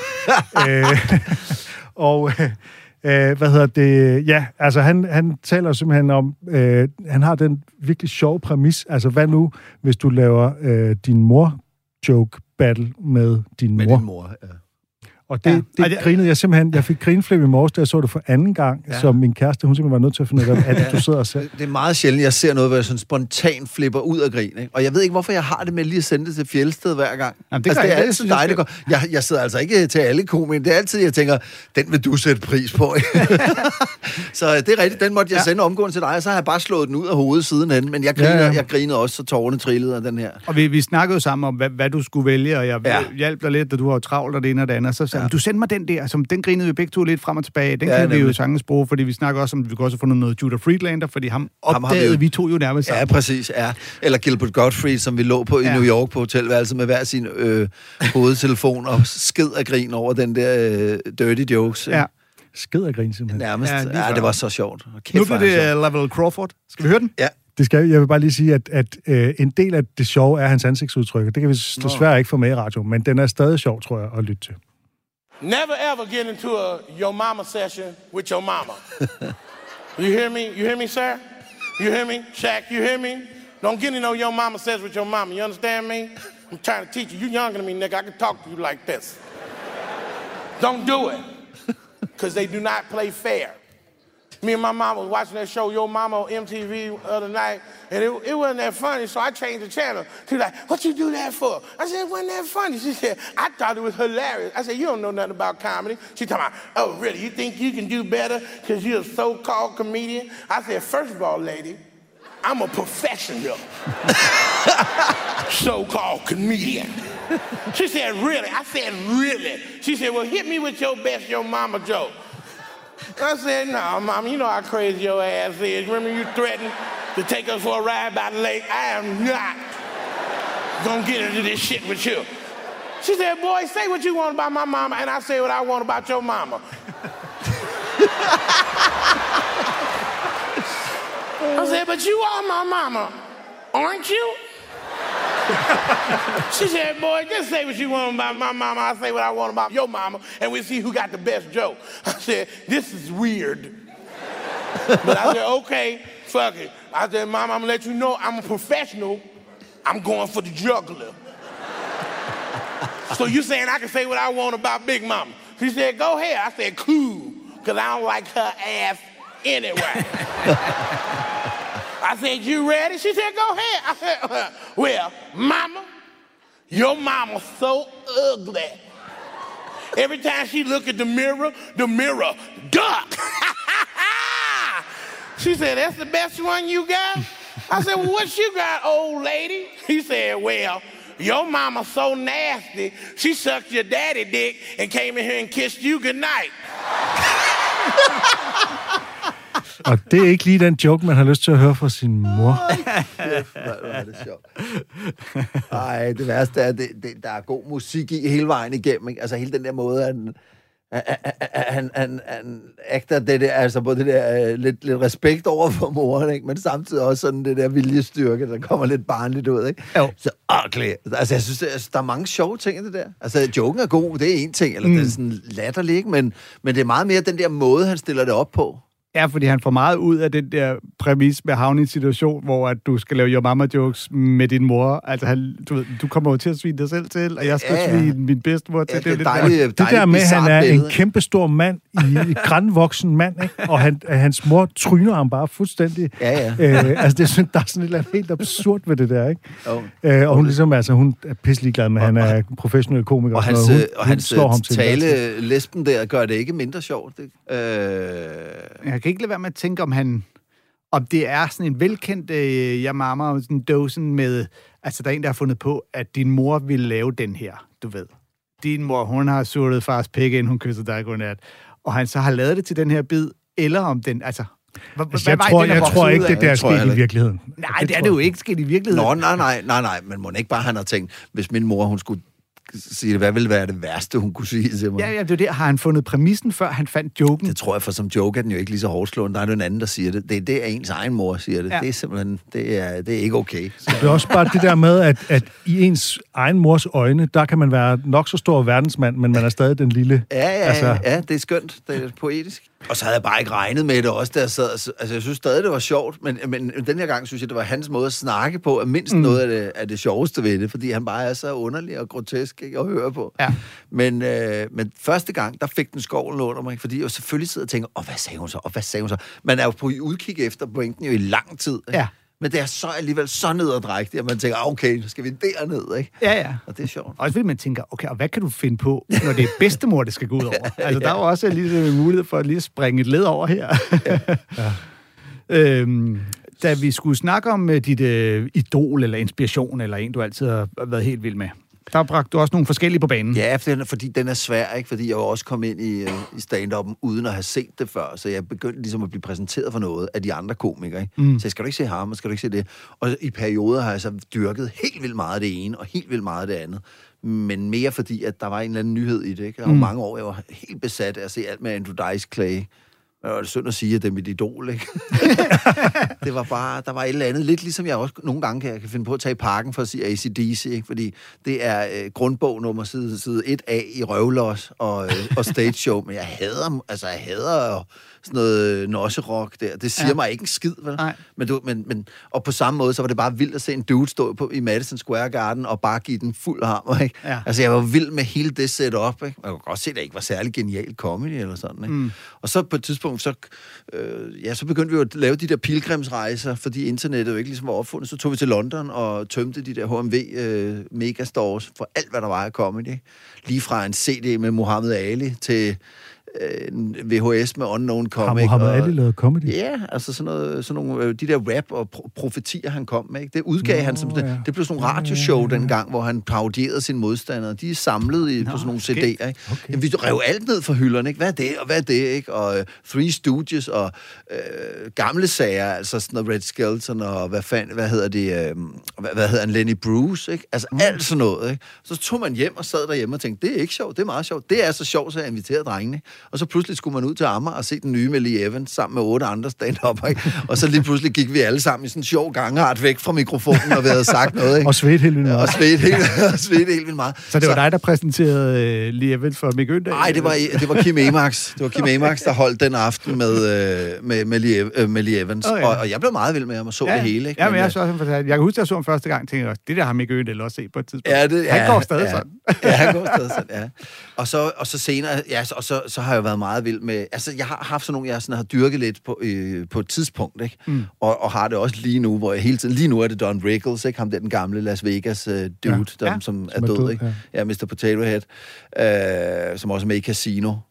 Og hvad hedder det? Ja, altså han taler simpelthen om, han har den virkelig sjove præmis. Altså hvad nu, hvis du laver din mor-joke battle med din mor? Med din mor, ja. Og det grinede jeg simpelthen. Jeg fik grinflip i morges, da jeg så det for anden gang, som min kæreste, hun simpelthen var nødt til at finde ud af, at du sidder og ser. Det er meget sjældent, jeg ser noget, hvor jeg sådan spontant flipper ud af grin, ikke? Og jeg ved ikke, hvorfor jeg har det med lige at sende det til Fjeldsted hver gang. Jamen, det er altid dig, det går. Jeg sidder altså ikke til alle komikere. Det er altid, jeg tænker, den vil du sætte pris på. Så det er rigtigt, den måtte jeg sende omgående til dig, og så har jeg bare slået den ud af hovedet sidenhen. Men jeg grinede også, så tårerne trillede af den her. Og vi snakkede jo sammen om, hvad du skulle vælge, og jeg hjalp dig lidt, da du har travlt og det ene og det andet. Så du sendte mig den der, som den grinede vi begge to lidt frem og tilbage. Den kan vi jo sagtens bruge, fordi vi snakker også om, at vi kan også få noget Judah Friedlander, fordi ham opdagede vi to jo nærmest sammen. Ja, præcis, ja. Eller Gilbert Gottfried, som vi lå på i New York på hotelværelset med hver sin hovedtelefon og sked af grin over den der dirty jokes. Ja. Sked af grin simpelthen. Nærmest. Ja, det var så sjovt. Nu bliver det Level Crawford. Skal vi høre den? Ja. Jeg vil bare lige sige, at en del af det sjove er hans ansigtsudtryk. Det kan vi desværre ikke få med i radio, men den er stadig sjov, tror jeg, at lytte til. Never ever get into a Yo Mama session with your mama. You hear me? You hear me, sir? You hear me? Shaq, you hear me? Don't get into no Yo Mama session with your mama. You understand me? I'm trying to teach you. You younger than me, nigga. I can talk to you like this. Don't do it. Because they do not play fair. Me and my mom was watching that show, Yo Mama, on MTV the other night, and it wasn't that funny, so I changed the channel. She was like, what you do that for? I said, it wasn't that funny. She said, I thought it was hilarious. I said, you don't know nothing about comedy. She talking about, oh, really, you think you can do better because you're a so-called comedian? I said, first of all, lady, I'm a professional so-called comedian. She said, really? I said, really? She said, well, hit me with your best Yo Mama joke. I said, no, Mama, you know how crazy your ass is. Remember you threatened to take us for a ride by the lake? I am not gonna get into this shit with you. She said, boy, say what you want about my mama, and I say what I want about your mama. I said, but you are my mama, aren't you? She said, boy, just say what you want about my mama. I say what I want about your mama, and we'll see who got the best joke. I said, this is weird. But I said, okay, fuck it. I said, Mama, I'm gonna let you know I'm a professional. I'm going for the juggler. So you saying I can say what I want about Big Mama? She said, go ahead. I said, cool, because I don't like her ass anyway. I said, you ready? She said, go ahead. I said, well, Mama, your mama's so ugly. Every time she look at the mirror duck. She said, that's the best one you got? I said, well, what you got, old lady? He said, well, your mama so nasty, she sucked your daddy dick and came in here and kissed you goodnight. Og det er ikke lige den joke, man har lyst til at høre fra sin mor. Hvor er det sjovt. Ej, det værste er, der er god musik i hele vejen igennem. Ikke? Altså hele den der måde, han agter det der, altså både det der lidt respekt over for moren, ikke? Men samtidig også sådan det der viljestyrke, der kommer lidt barnligt ud, ikke? Jo. Så altså jeg synes, der er mange sjove ting i det der. Altså joken er god, det er en ting, eller det er sådan latterlig, ikke? Men det er meget mere den der måde, han stiller det op på. Ja, fordi han får meget ud af den der præmis med at havne i en situation, hvor at du skal lave your mama jokes med din mor. Altså, du kommer jo til at svine dig selv til, og jeg skal svine min bedstemor til. Ja, det der med, at han er billede. En kæmpestor mand, en grandvoksen mand, ikke? Og hans mor tryner ham bare fuldstændig. Ja. Altså, det synes, der er sådan et eller andet helt absurd ved det der, ikke? Og hun ligesom, altså, hun er pisselig glad med, at han er professionel komiker. Og hans tale, lesben der, gør det ikke mindre sjovt. Jeg kan ikke lade være med at tænke, om det er sådan en velkendt jeg mamma, sådan dosen med, altså der er en, der har fundet på, at din mor ville lave den her, du ved. Din mor, hun har surret fars pæk, inden hun kysser dig godnat, og han så har lavet det til den her bid, eller om den, altså... Jeg tror ikke, det der er sket i virkeligheden. Nej, det er det jo ikke sket i virkeligheden. Nej, men må ikke bare han har tænkt, hvis min mor, hun skulle sige det, hvad ville være det værste, hun kunne sige til mig? Ja, det er det. Har han fundet præmissen, før han fandt joken? Det tror jeg, for som joke er den jo ikke lige så hårdslående. Der er jo en anden, der siger det. Det er ens egen mor, siger det. Ja. Det er simpelthen, det er ikke okay. Så det er også bare det der med, at i ens egen mors øjne, der kan man være nok så stor verdensmand, men man er stadig den lille. Ja, det er skønt. Det er poetisk. Og så havde jeg bare ikke regnet med det også, da jeg sad. Altså, jeg synes stadig, det var sjovt, men den her gang synes jeg, det var hans måde at snakke på, at mindst noget af det sjoveste ved det, fordi han bare er så underlig og grotesk, ikke, at høre på. Ja. Men første gang, der fik den skovlen under mig, fordi jeg selvfølgelig sidder og tænker, hvad sagde hun så? Man er jo på udkig efter pointen jo i lang tid. Ikke? Ja. Men det er så alligevel så nederdrægtigt, at man tænker, okay, så skal vi derned, ikke? Ja. Og det er sjovt. Også fordi man tænker, okay, og hvad kan du finde på, når det er bedstemor, det skal gå ud over? Altså, der er jo også lige en mulighed for at lige springe et led over her. Da vi skulle snakke om dit idol, eller inspiration, eller en, du altid har været helt vild med, der bragte du også nogle forskellige på banen. Ja, fordi den er svær, ikke? Fordi jeg jo også kom ind i stand-up'en uden at have set det før, så jeg begyndte ligesom at blive præsenteret for noget af de andre komikere, ikke? Så skal du ikke se ham, skal du ikke se det? Og i perioder har jeg så dyrket helt vildt meget det ene, og helt vildt meget det andet. Men mere fordi, at der var en eller anden nyhed i det, ikke? Der var mange år, jeg var helt besat af at se alt med Andrew Dice Clay. Det var synd at sige, at det er mit idol, ikke? Det var bare, der var et eller andet, lidt ligesom jeg også nogle gange kan finde på at tage i parken for at sige AC/DC, ikke? Fordi det er grundbog nummer side 1A i Røvlos og Stage Show, men jeg hader sådan noget nosserok der. Det siger mig ikke en skid, vel? Men og på samme måde, så var det bare vildt at se en dude stå i Madison Square Garden og bare give den fuld hammer, ikke? Ja. Altså, jeg var vild med hele det setup, ikke? Man kunne godt se, at det ikke var særlig genial comedy eller sådan, ikke? Og så på et tidspunkt, så begyndte vi jo at lave de der pilgrimsrejser, fordi internettet jo ikke ligesom var opfundet. Så tog vi til London og tømte de der HMV megastores for alt, hvad der var af comedy. Lige fra en CD med Muhammad Ali til en VHS med Unknown Comic. Har Muhammad Ali lavet comedy? Ja, altså sådan nogle de der rap og profetier, han kom med, ikke? Det udgav han som det blev sådan nogle radioshow dengang, hvor han parodierede sine modstandere. De er samlet på sådan nogle CD'er, ikke? Okay. Jamen, vi rev alt ned fra hylderne, ikke? Hvad er det, og hvad er det, ikke? Og Three Stooges og gamle sager, altså sådan noget Red Skelton og hvad hedder han, Lenny Bruce, ikke? Altså alt sådan noget, ikke? Så tog man hjem og sad derhjemme og tænkte, det er ikke sjovt, det er meget sjovt. Det er så sjovt, så jeg inviterede drengene. Og så pludselig skulle man ud til Amager og se den nye med Lee Evans sammen med 8 andre stand-up, ikke? Og så lige pludselig gik vi alle sammen i sådan en sjov gangart væk fra mikrofonen, og vi havde sagt noget, ikke? Og svedt helt vildt meget. Og svedt helt vildt meget. Så det var dig, der præsenterede Lee Evans for Mick Øndal? Nej, det var Kim Emax. Det var Kim Emax, der holdt den aften med Lee Evans. Og jeg blev meget vild med ham og så det hele, ikke? Ja, men jeg kan huske, at jeg så ham første gang, tænkte jeg også, det der har Mick Øndal også set på et tidspunkt. Han går stadig sådan. Ja, han går stadig sådan, ja. Og så senere, så har jeg været meget vild med... Altså, jeg har haft sådan nogle, jeg sådan har dyrket lidt på et tidspunkt, ikke? Og har det også lige nu, hvor jeg hele tiden... Lige nu er det Don Rickles, ikke? Ham der, den gamle Las Vegas dude, som er død, ikke? Ja, Mr. Potato Head, som også er med i Casino.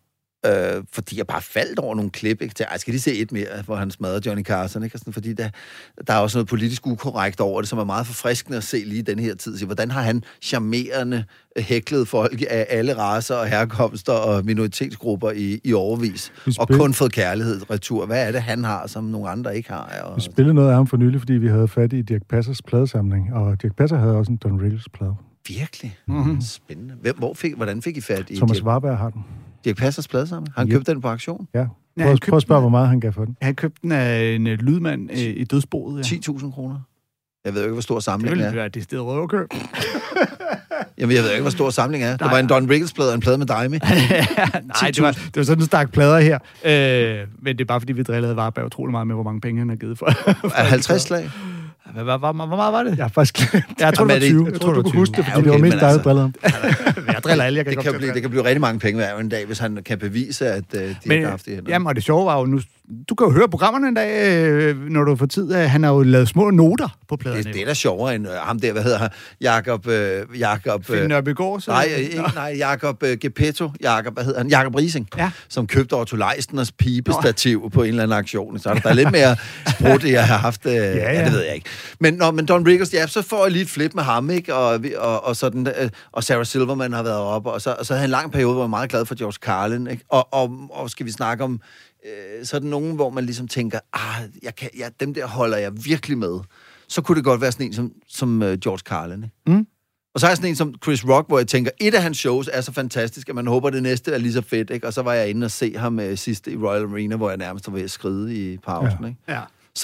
fordi jeg bare faldt over nogle klip, ikke? Jeg skal lige se et mere, hvor han smadrer Johnny Carson, ikke? Sådan, fordi der er også noget politisk ukorrekt over det, som er meget forfriskende at se lige i den her tid. Så hvordan har han charmerende hæklet folk af alle racer og herkomster og minoritetsgrupper i overvis, og kun fået kærlighed retur. Hvad er det, han har, som nogle andre ikke har? Vi spillede noget af ham for nylig, fordi vi havde fat i Dirch Passers pladesamling, og Dirch Passer havde også en Don Rickles-plade. Virkelig? Spændende. Hvordan fik I fat i Thomas Warberg har den. Dirch Passers pladesamling? Har han købt den på auktion? Ja. Prøv at spørge, hvor meget han gav for den. Han købte den af en lydmand i dødsboet. Ja. 10.000 kroner. Jeg ved jo ikke, hvor stor samling er. Det ville være det sted røverkøb. Jamen, jeg ved ikke, hvor stor samling er. Der var en Don Rickles-plade og en plade med dig med. Nej, det var sådan en stak plader her. Men det er bare, fordi vi drillede Warberg utrolig meget med, hvor mange penge han har givet for. 50 slag? Hvor meget var det? Jeg har faktisk glemt. Jeg tror, det var 20. Jeg tror, du kunne huske det, fordi det var mindst dig, der drillede ham. Jeg driller alle. Det kan blive rigtig mange penge hver en dag, hvis han kan bevise, at de ikke har haft det her. Jamen, og det sjove var jo nu... Du kan jo høre programmerne en dag, når du får tid. Han har jo lavet små noter på pladerne. Det er da sjovere end ham der, hvad hedder han? Jakob... Finn Nørbegaard? Nej, Jakob Gepetto. Hvad hedder han? Jakob Rising, som købte Otto Leisners pibestativ på en eller anden aktion. Så der er lidt mere sprut, jeg har haft. Ja, det ved jeg ikke. Men Don Rickles, så får jeg lige et flip med ham, ikke? Og sådan, og Sarah Silverman har været oppe, og så havde han en lang periode, hvor jeg var meget glad for George Carlin, ikke? Og skal vi snakke om så er der nogen, hvor man ligesom tænker, dem der holder jeg virkelig med. Så kunne det godt være sådan en som George Carlin. Og så er jeg sådan en som Chris Rock, hvor jeg tænker, et af hans shows er så fantastisk, at man håber, det næste er lige så fedt, ikke? Og så var jeg inde og se ham sidst i Royal Arena, hvor jeg nærmest var ved at skride i pausen, ikke? Ja.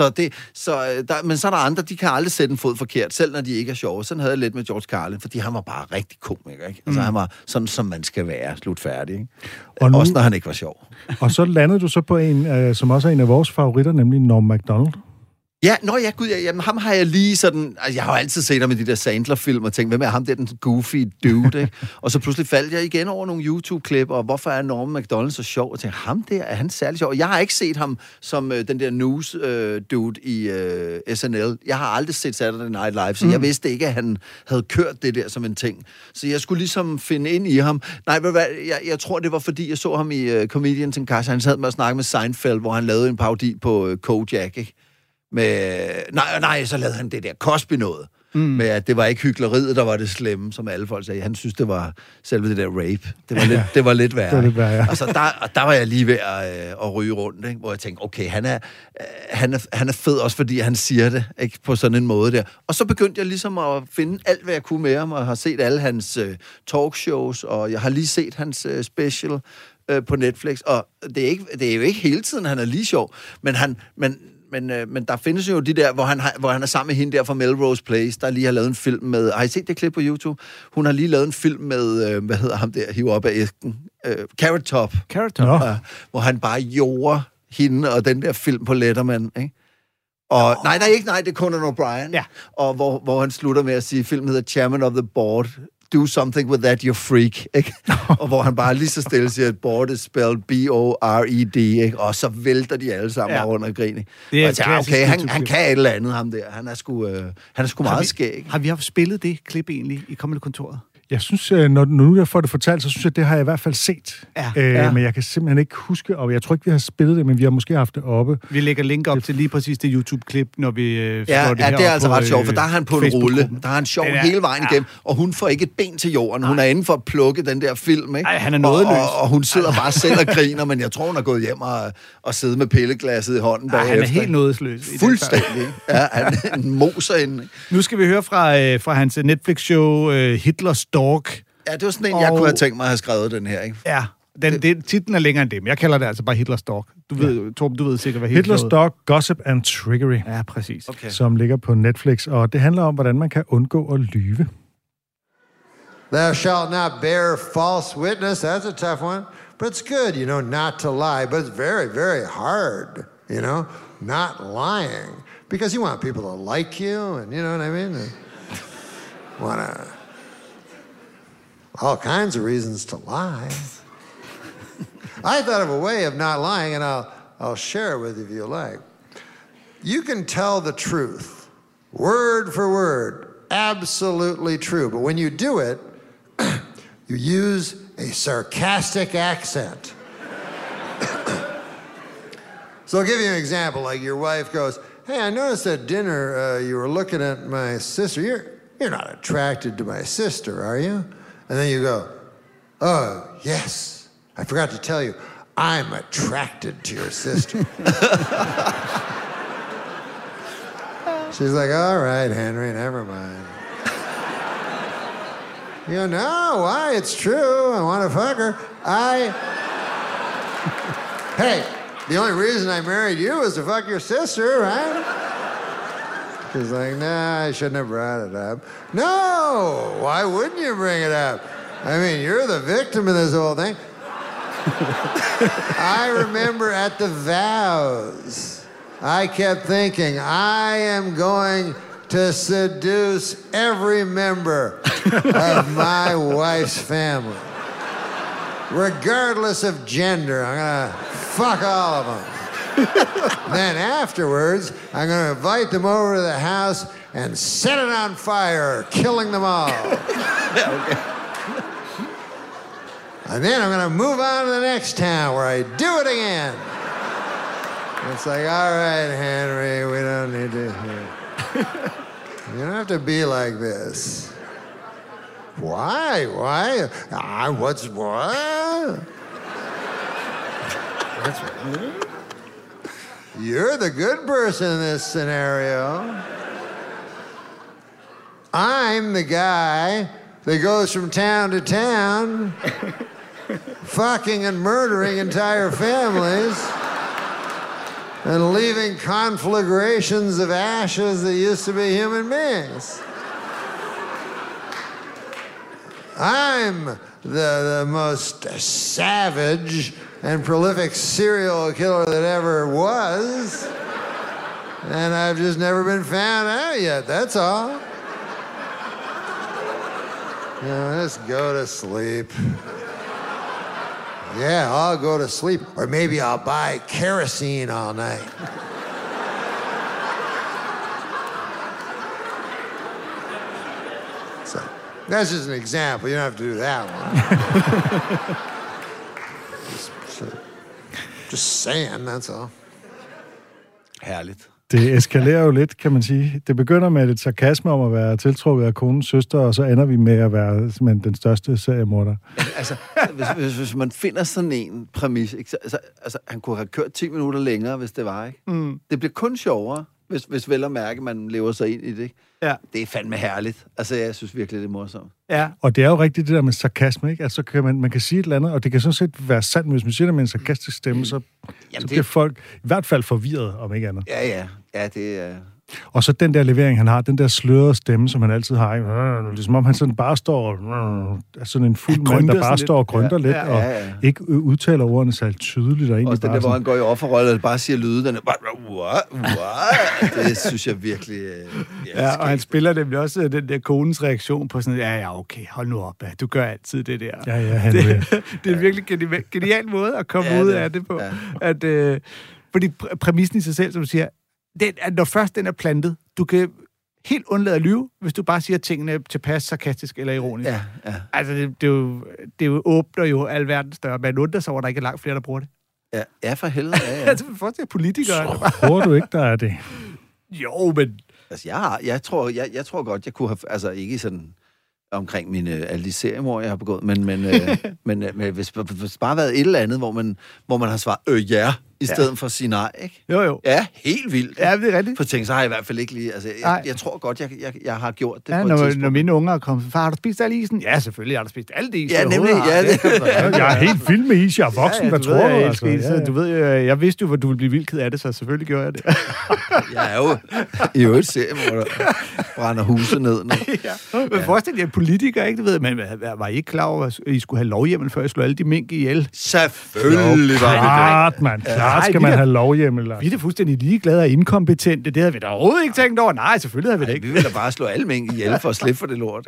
Men så er der andre, de kan aldrig sætte en fod forkert, selv når de ikke er sjove. Sådan havde jeg lidt med George Carlin, fordi han var bare rigtig komiker, ikke? Altså han var sådan, som man skal være, slutfærdig, ikke? Og nu, også når han ikke var sjov. Og så landede du så på en, som også er en af vores favoritter, nemlig Norm Macdonald. Ja, jamen ham har jeg lige sådan... Altså, jeg har jo altid set ham i de der Sandler-film og tænkt, hvem er ham der, den goofy dude, ikke? Og så pludselig faldt jeg igen over nogle YouTube-klip, og hvorfor er Norm Macdonald så sjov? Og tænkte, ham der, er han særlig sjov? Jeg har ikke set ham som den der news-dude i SNL. Jeg har aldrig set Saturday Night Live, så jeg vidste ikke, at han havde kørt det der som en ting. Så jeg skulle ligesom finde ind i ham. Nej, jeg tror, det var fordi, jeg så ham i Comedians in Cars. Han sad med at snakke med Seinfeld, hvor han lavede en parodi på Kojak, ikke? Så lavede han det der Cosby-noget. Med at det var ikke hykleriet, der var det slemme, som alle folk sagde. Han synes, det var selve det der rape. Det var lidt værre. Det var lidt værre, ja. Altså, der var jeg lige ved at ryge rundt, ikke? Hvor jeg tænkte, okay, han er fed også, fordi han siger det, ikke? På sådan en måde der. Og så begyndte jeg ligesom at finde alt, hvad jeg kunne med ham, og har set alle hans talkshows, og jeg har lige set hans special på Netflix. Og det er jo ikke hele tiden, han er lige sjov, men der findes jo de der, hvor han er sammen med hende der fra Melrose Place, der lige har lavet en film med... Har I set det klip på YouTube? Hun har lige lavet en film med, hvad hedder ham der, hiver op af æsken? Carrot Top. Carrot Top. Hvor han bare jorder hende og den der film på Letterman, ikke? Og, nej, det er Conan O'Brien. Ja. Og hvor han slutter med at sige, filmen hedder Chairman of the Board. Do something with that, you freak, ikke? Og hvor han bare lige så stille siger, at board is spelled B-O-R-E-D, ikke? Og så vælter de alle sammen rundt og griner. Og jeg tænker, okay, han kan et eller andet, ham der. Han er sgu meget skæg. Har vi haft spillet det klip egentlig i Kommelkontoret? Jeg synes, når nu jeg får det fortalt, så synes jeg, det har jeg i hvert fald set. Men jeg kan simpelthen ikke huske, og jeg tror ikke, vi har spillet det, men vi har måske haft det oppe. Vi lægger link op til lige præcis det YouTube-klip, når vi det her. Ja, det er altså ret sjovt, for der er han på en rulle. Der er han sjov hele vejen igennem, og hun får ikke et ben til jorden. Nej. Hun er inde for at plukke den der film, ikke? Ej, han er nådeløs. Og hun sidder bare selv og griner, men jeg tror, hun er gået hjem og sidder med pilleglasset i hånden bagefter. Han er helt nådesløs. Fuldstændig. Ja, han er en moser inde. Nu skal vi høre fra hans Netflix-show Hitler's Dog. Ja, det var sådan en, jeg kunne have tænkt mig at have skrevet den her, ikke? Ja, titlen er længere end det, men jeg kalder det altså bare Hitler's Dog. Torben, du ved sikkert, hvad Hitler's Dog, Gossip and Trickery. Ja, præcis. Okay. Som ligger på Netflix, og det handler om, hvordan man kan undgå at lyve. Thou shalt not bear false witness. That's a tough one. But it's good, not to lie. But it's very, very hard, not lying. Because you want people to like you, and you know what I mean? All kinds of reasons to lie. I thought of a way of not lying, and I'll share it with you if you like. You can tell the truth, word for word, absolutely true. But when you do it, you use a sarcastic accent. So I'll give you an example. Like your wife goes, "Hey, I noticed at dinner you were looking at my sister. You're not attracted to my sister, are you?" And then you go, "Oh, yes. I forgot to tell you, I'm attracted to your sister." She's like, "All right, Henry, never mind." You go, "No, why? It's true. I want to fuck her. Hey, the only reason I married you was to fuck your sister, right?" She's like, "Nah, I shouldn't have brought it up." "No, why wouldn't you bring it up? I mean, you're the victim of this whole thing." I remember at the vows, I kept thinking, I am going to seduce every member of my wife's family. Regardless of gender, I'm going to fuck all of them. Then afterwards, I'm going to invite them over to the house and set it on fire, killing them all. Okay. And then I'm going to move on to the next town where I do it again. It's like, all right, Henry, we don't need to hear. You don't have to be like this. Why? What? You're the good person in this scenario. I'm the guy that goes from town to town, fucking and murdering entire families, and leaving conflagrations of ashes that used to be human beings. I'm the most savage and prolific serial killer that ever was, and I've just never been found out yet, that's all. You know, just go to sleep. Yeah, I'll go to sleep. Or maybe I'll buy kerosene all night. So, that's just an example. You don't have to do that one. just saying, that's all. Herligt. Det eskalerer jo lidt, kan man sige. Det begynder med et sarkasme om at være tiltrukket af konens søster, og så ender vi med at være den største seriemorder. Altså, hvis man finder sådan en præmis, ikke? Altså, han kunne have kørt 10 minutter længere, hvis det var, ikke? Mm. Det bliver kun sjovere, hvis vel at mærke, man lever sig ind i det, ikke? Ja. Det er fandme herligt. Altså, jeg synes virkelig, det er morsomt. Ja, og det er jo rigtigt det der med sarkasme, ikke? Altså, man kan sige et eller andet, og det kan sådan set være sandt, hvis man siger det med en sarkastisk stemme, så bliver folk i hvert fald forvirret, om ikke andet. Ja, det er... Og så den der levering, han har, den der slørede stemme, som han altid har, det er som om han sådan bare står, sådan en fuld mand, der bare står og grønter lidt, og ikke udtaler ordene så tydeligt. Og også den der, hvor han går i offerrolle, og bare siger lyde, den er bare, det synes jeg virkelig... Ja, og han spiller nemlig også den der konens reaktion på sådan, ja, okay, hold nu op, du gør altid det der. Ja, han det er en virkelig genial måde at komme ud af det på. Ja. Fordi præmissen i sig selv, som du siger, når først den er plantet, du kan helt undlade at lyve, hvis du bare siger tingene tilpas sarkastisk eller ironisk. Ja. Altså, det åbner jo alverdens døre. Man undrer sig over, at der ikke er langt flere, der bruger det. Ja, for helvede. Ja. Altså, forstår jeg politikere. Så tror du ikke, der er det? Jo, men... Altså, jeg tror godt, jeg kunne have... Altså, ikke sådan omkring alle de seriemord, jeg har begået, men hvis bare været et eller andet, hvor man har svaret, ja, i stedet for at sige nej, ikke? Jo. Ja, helt vildt. Ja, det er rigtigt. For ting, så har jeg i hvert fald ikke lige... Altså, jeg tror godt, jeg har gjort det på et tidspunkt. Når mine unger er kommet, far, har du spist al isen? Ja, selvfølgelig har du spist alt is. Ja, nemlig. Jeg er helt vild med is. Jeg er voksen, hvad tror du? Altså. Du ved, jeg vidste jo, hvor du ville blive vildt ked af det, så selvfølgelig gjorde jeg det. Jeg er jo i øvrigt seriemorder, brænder huset ned nu. Men forestil jer, politikere, ikke? Du ved, men var I ikke klar over, at I skulle have lovhjemmel, før I slog alle de mink ihjel? Selvfølgelig var det. Mand. Klart skal man have lovhjemmel. Vi er da fuldstændig ligeglade og inkompetente. Det havde vi da overhovedet ikke tænkt over. Nej, selvfølgelig havde vi det ikke. Vi ville da bare slå alle mink ihjel for at slippe for det lort, ikke?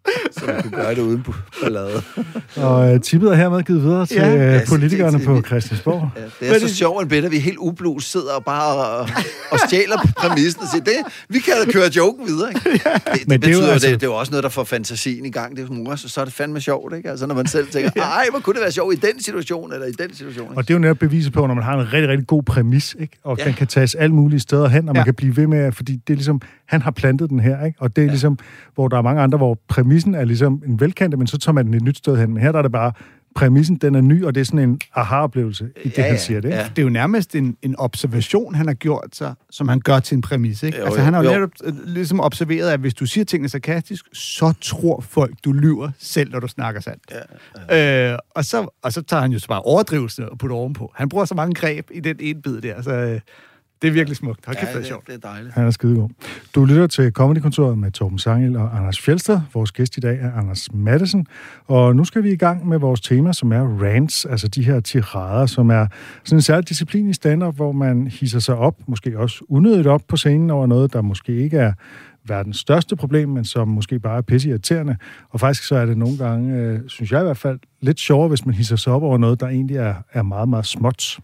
Så man kunne gøre det uden ballade. Og tippet er hermed givet videre til politikerne på Christiansborg. Ja, det er så sjovt en bedre, vi helt ublus sidder og bare og stjæler præmissen og siger, vi kan da køre joken videre, ikke? Det betyder jo, det er jo også noget, der får fantasien i gang. Det er så er det fandme sjovt, ikke? Altså, når man selv tænker, hvor kunne det være sjovt i den situation, eller i den situation, ikke? Og det er jo netop beviset på, når man har en rigtig, rigtig god præmis, ikke? Og den kan tages alle mulige steder hen, og man kan blive ved med, fordi det er ligesom, han har plantet den her, ikke? Og det er ligesom, hvor der er mange andre, hvor præmissen er ligesom en velkendte, men så tager man den et nyt sted hen. Men her der er det bare, præmissen, den er ny, og det er sådan en aha-oplevelse i det, han siger det. Ja. Det er jo nærmest en observation, han har gjort sig, som han gør til en præmis, ikke? Altså, han har jo netop ligesom observeret, at hvis du siger tingene sarkastisk, så tror folk, du lyver selv, når du snakker sandt. Og så tager han jo så bare overdrivelse og putter ovenpå. Han bruger så mange greb i den ene bid der, så det er virkelig smukt. Hold kæft, det er sjovt. Det er dejligt. Han er skidegod. Du lytter til Comedy-kontoret med Torben Sangel og Anders Fjeldsted. Vores gæst i dag er Anders Matthesen. Og nu skal vi i gang med vores tema, som er rants, altså de her tirader, som er sådan en særlig disciplin i stand-up, hvor man hisser sig op, måske også unødigt op på scenen over noget, der måske ikke er verdens største problem, men som måske bare er pisseirriterende. Og faktisk så er det nogle gange, synes jeg i hvert fald, lidt sjovere, hvis man hisser sig op over noget, der egentlig er meget, meget småt.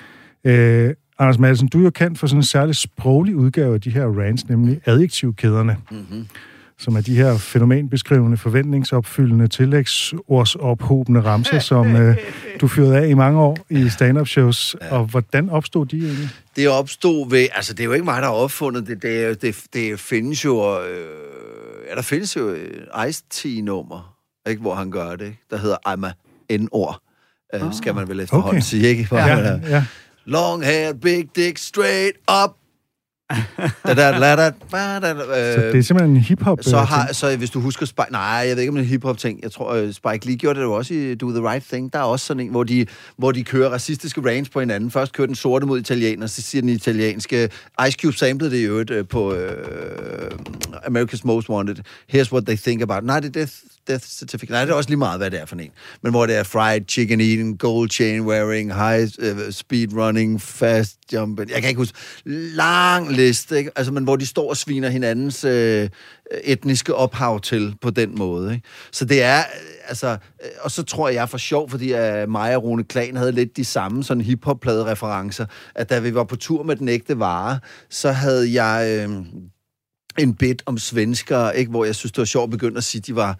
Anders Matthesen, du er jo kendt for sådan en særlig sproglig udgave af de her rants, nemlig adjektivkæderne, som er de her fænomenbeskrivende, forventningsopfyldende, tillægsordsophobende ramser, som du fyrede af i mange år i stand-up shows. Ja. Og hvordan opstod de egentlig? Det opstod ved, altså det er jo ikke mig, der har opfundet det. Det findes jo, der findes jo Ice-T-nummer, ikke, hvor han gør det, ikke? Der hedder I'm a N-ord. Skal man vel efterhånden sige, ikke? Ja. Long hair, big dick, straight up. Så det er simpelthen en hip-hop så hvis du husker Spike... Nej, jeg ved ikke, om det er en hip-hop-ting. Jeg tror, Spike Lee gjorde det jo også i Do the Right Thing. Der er også sådan en, hvor de kører racistiske rants på hinanden. Først kører den sorte mod italiener, så siger den italienske... Ice Cube samplede det jo på America's Most Wanted. Here's what they think about... Nej, det er Death Certificate. Nej, det er også lige meget, hvad det er for en. Men hvor det er fried chicken eating, gold chain wearing, high speed running, fast jumping. Jeg kan ikke huske. Lang liste, ikke? Altså, men hvor de står og sviner hinandens etniske ophav til på den måde, ikke? Så det er, altså... Og så tror jeg for sjov, fordi mig og Rune Klan havde lidt de samme sådan hip-hop-plade-referencer, at da vi var på tur med Den Ægte Vare, så havde jeg en bit om svenskere, ikke? Hvor jeg synes, det var sjovt at begynde at sige, de var...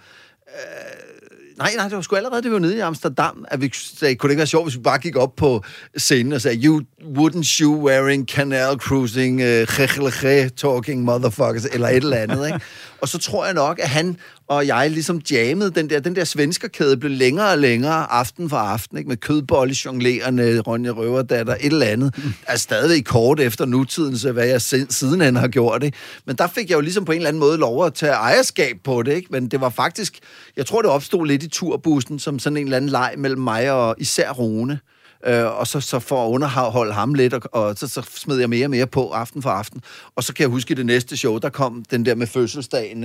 Nej, det var sgu allerede, det var nede i Amsterdam, at vi sagde, kunne det ikke være sjovt, hvis vi bare gik op på scenen og sagde, you wooden shoe wearing, canal cruising, talking motherfuckers, eller et eller andet, ikke? Og så tror jeg nok, at han og jeg ligesom jammede den der svenskerkæde, blev længere og længere aften for aften, ikke? Med kødbolle, jonglerende, Ronja Røverdatter, et eller andet. Altså stadigvæk kort efter nutiden, så hvad jeg sidenhen har gjort, ikke? Men der fik jeg jo ligesom på en eller anden måde lov at tage ejerskab på det, ikke? Men det var faktisk, jeg tror det opstod lidt i turbussen, som sådan en eller anden leg mellem mig og især Rune. Og så for at underholde ham lidt, og så smed jeg mere og mere på aften for aften. Og så kan jeg huske, i det næste show, der kom den der med fødselsdagen,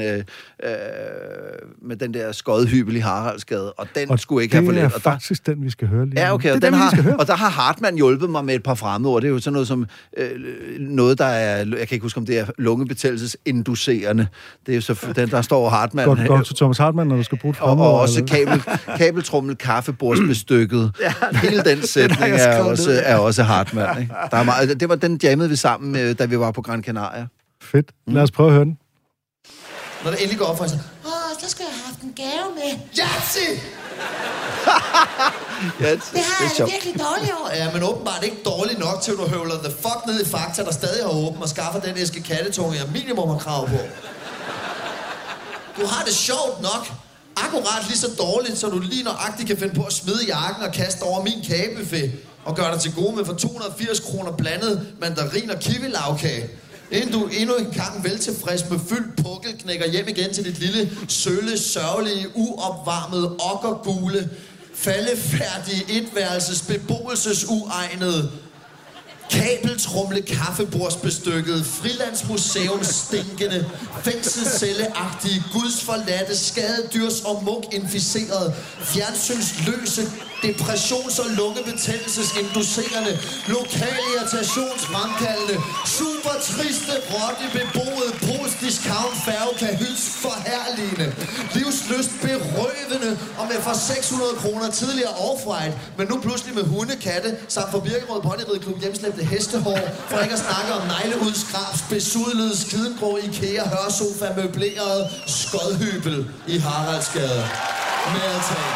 med den der skodhybel i Haraldsgade, og den skulle ikke have for lidt. Og det er faktisk den, vi skal høre lige. Ja, okay, og der har Hartmann hjulpet mig med et par fremmedord. Det er jo sådan noget som, noget der er, jeg kan ikke huske, om det er lungebetændelsesinducerende. Det er jo så, der står Hartmann. Godt til Thomas Hartmann, når du skal bruge et fremmedord. Og også kabeltrummel, kaffebordsbestykket. Hele den sætning er også Hartmann, ikke? Der er meget, det var den jammede vi sammen, da vi var på Gran Canaria. Fedt. Lad os prøve at høre den. Når det endelig går op for sig, så skal jeg have haft en gave med. Yatzy! Det har jeg virkelig dårligt over. Ja, men åbenbart ikke dårligt nok, til du høvler the fuck ned i Fakta, der stadig har åben, og skaffer den æske kattetunge, jeg minimum har krav på. Du har det sjovt nok. Akkurat lige så dårligt, så du lige nøjagtigt kan finde på at smide jakken og kaste over min kagebuffet og gøre dig til gode med for 280 kroner blandet mandarin og kiwi-lavkage. Inden du endnu en gang veltilfreds med fyldt pukkel knækker hjem igen til dit lille, sølle, sørgelige, uopvarmede, okkergule, faldefærdige, etværelses, beboelsesuegnede Kabeltrumle kaffebordsbestykket, frilandsmuseum stinkende, fængselscelleagtige, gudsforladte, skadedyrs og munkinficerede, fjernsynsløse, depressions- og lungebetændelsesinducerende, lokal irritationsfremkaldende, super triste, rottebeboede, post-discount færgekahyts forherligende, livslyst berøvende, og med for 600 kroner tidligere off-ride, men nu pludselig med hunde, katte, samt for Birkerød Ponyrideklub hjemslæbte hestehår, for ikke at snakke om negleudskrabs, besudlede skidengrå IKEA, hørsofa, møbleret skodhybel i Haraldsgade. Med at tage.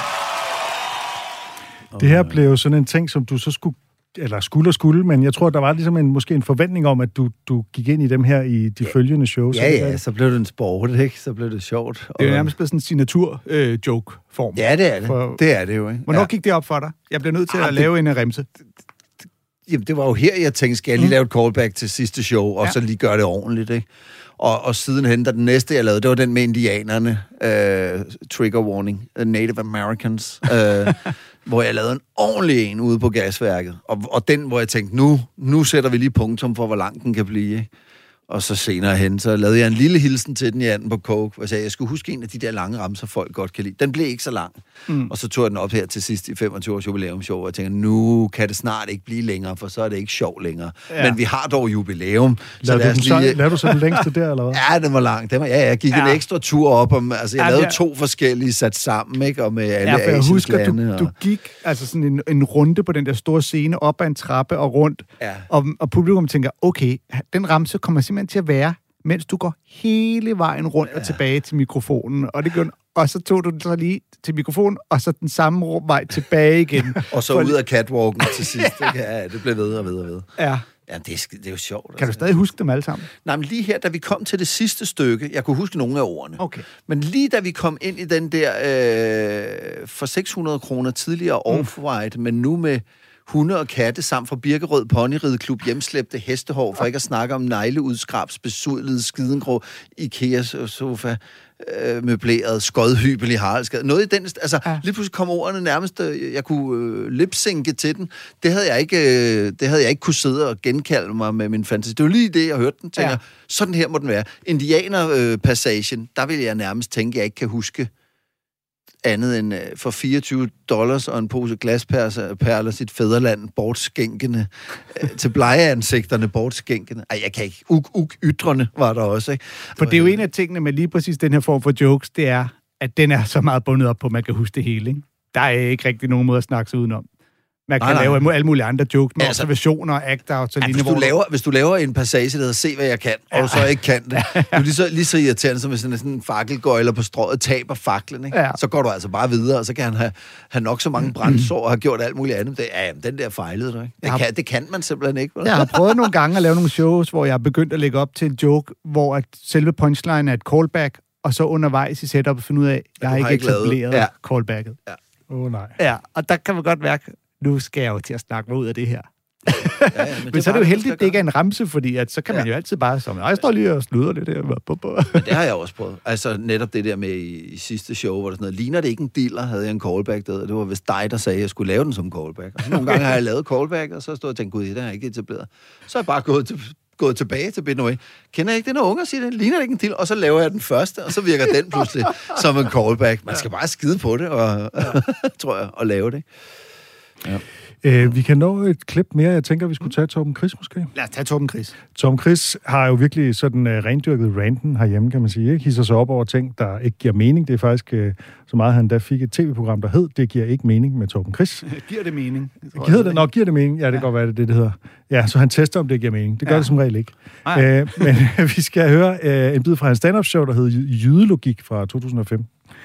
Det her blev jo sådan en ting, som du så skulle, men jeg tror, der var ligesom måske en forventning om, at du gik ind i dem her i de følgende shows. Ja, så blev det en sport, ikke? Så blev det sjovt. Det er jo nærmest blevet sådan en signatur-joke-form. Ja, det er det. Det er det jo, ikke? Hvornår gik det op for dig? Jeg blev nødt til at lave en remse. Jamen, det var jo her, jeg tænkte, skal jeg lige lave et callback til sidste show, og så lige gøre det ordentligt, ikke? Og sidenhen, da den næste, jeg lavede, det var den med indianerne, trigger warning, Native Americans, hvor jeg lavede en ordentlig en ude på gasværket. Og den, hvor jeg tænkte, nu sætter vi lige punktum for, hvor lang den kan blive, ikke? Og så senere hen, så lavede jeg en lille hilsen til den i anden på Coke, og sagde, jeg skulle huske en af de der lange ramser, folk godt kan lide. Den blev ikke så lang. Og så tog jeg den op her til sidst i 25-års jubilæumsshow, og jeg tænker, nu kan det snart ikke blive længere, for så er det ikke sjov længere. Ja. Men vi har dog jubilæum. Lavede du så den længste der, eller hvad? Ja, den var lang. Jeg gik en ekstra tur op, jeg lavede 2 forskellige sat sammen, ikke? Og med alle jeg husker, du gik altså sådan en runde på den der store scene, op ad en trappe og rundt, og publikum tænker, okay, den ramse kommer simpelthen til at være, mens du går hele vejen rundt og tilbage til mikrofonen. Og så tog du den så lige til mikrofonen, og så den samme vej tilbage igen. Og så ud af catwalken til sidst. Ja, det blev ved og ved og ved. Ja. Ja, det er jo sjovt. Kan du stadig huske dem alle sammen? Nej, men lige her, da vi kom til det sidste stykke, jeg kunne huske nogle af ordene. Okay. Men lige da vi kom ind i den der for 600 kroner tidligere off-white, men nu med hunde og katte samt fra Birkerød Ponyrideklub hjemslæbte hestehår, for ikke at snakke om negleudskrabs, besudlede skidengrå, IKEA-sofa, møbleret, skodhybel i Haraldsgade. Noget i den... Altså, lige pludselig kom ordene nærmest... Jeg kunne lipsynke til den. Det havde jeg ikke kunne sidde og genkalde mig med min fantasi. Det var lige det, jeg hørte den. Tænker, sådan her må den være. Indianer-passagen, der vil jeg nærmest tænke, jeg ikke kan huske andet end for $24 og en pose glasperler sit fædreland bortskænkende til blegeansigterne bortskænkende. Ej, jeg kan ikke. Ytrende var der også, ikke? For det er jo en af tingene med lige præcis den her form for jokes, det er, at den er så meget bundet op på, at man kan huske det hele, ikke? Der er ikke rigtig nogen måde at snakke sig udenom. Man kan lave alle mulige andre jokes med observationer og act-outs og lignende. Hvis du laver en passage, der hedder se, hvad jeg kan, og du så ikke kan det, det er lige så irriterende, som hvis sådan en fakkelgøjler på strøget taber faklen, ikke? Så går du altså bare videre, og så kan han have nok så mange brændsår og have gjort alt muligt andet. Den der fejlede du, ikke? Det kan man simpelthen ikke. Jeg har prøvet nogle gange at lave nogle shows, hvor jeg er begyndt at lægge op til en joke, hvor at selve punchline er et callback, og så undervejs i setup finde ud af, jeg har ikke etableret callbacket. Nej. Ja, og der kan man godt mærke, nu skal jeg jo til at snakke mig ud af det her. Men så er det jo heldigt, at det ikke er en ramse, fordi at så kan man jo altid bare som, jeg står lige og sluder lidt her. Men det har jeg også prøvet. Altså netop det der med i sidste show, hvor der sådan noget, ligner det ikke en diller, havde jeg en callback der. Det var vist dig, der sagde, at jeg skulle lave den som callback. Og så nogle gange har jeg lavet callback, og så stod jeg og tænkte, gud, det har jeg ikke etableret. Så er jeg bare gået tilbage til Bitnoy. Kender jeg ikke det, når unger siger det? Ligner det ikke en diller? Og så laver jeg den første, og så virker den pludselig som en callback. Man skal bare skide på det, og tror jeg, og lave det. Ja. Vi kan nå et klip mere. Jeg tænker, vi skulle tage Torben Chris måske. Lad os tage Torben Chris. Torben Chris har jo virkelig sådan rendyrket ranten herhjemme, kan man sige. Ikke? Hisser sig op over ting, der ikke giver mening. Det er faktisk så meget, han da fik et tv-program, der hed Det giver ikke mening med Torben Chris. Giver det mening? Giver det mening? Ja, det kan godt være, det hedder. Ja, så han tester, om det giver mening. Det gør det som regel ikke. Men vi skal høre en bid fra hans stand-up-show, der hed Jydelogik fra 2015.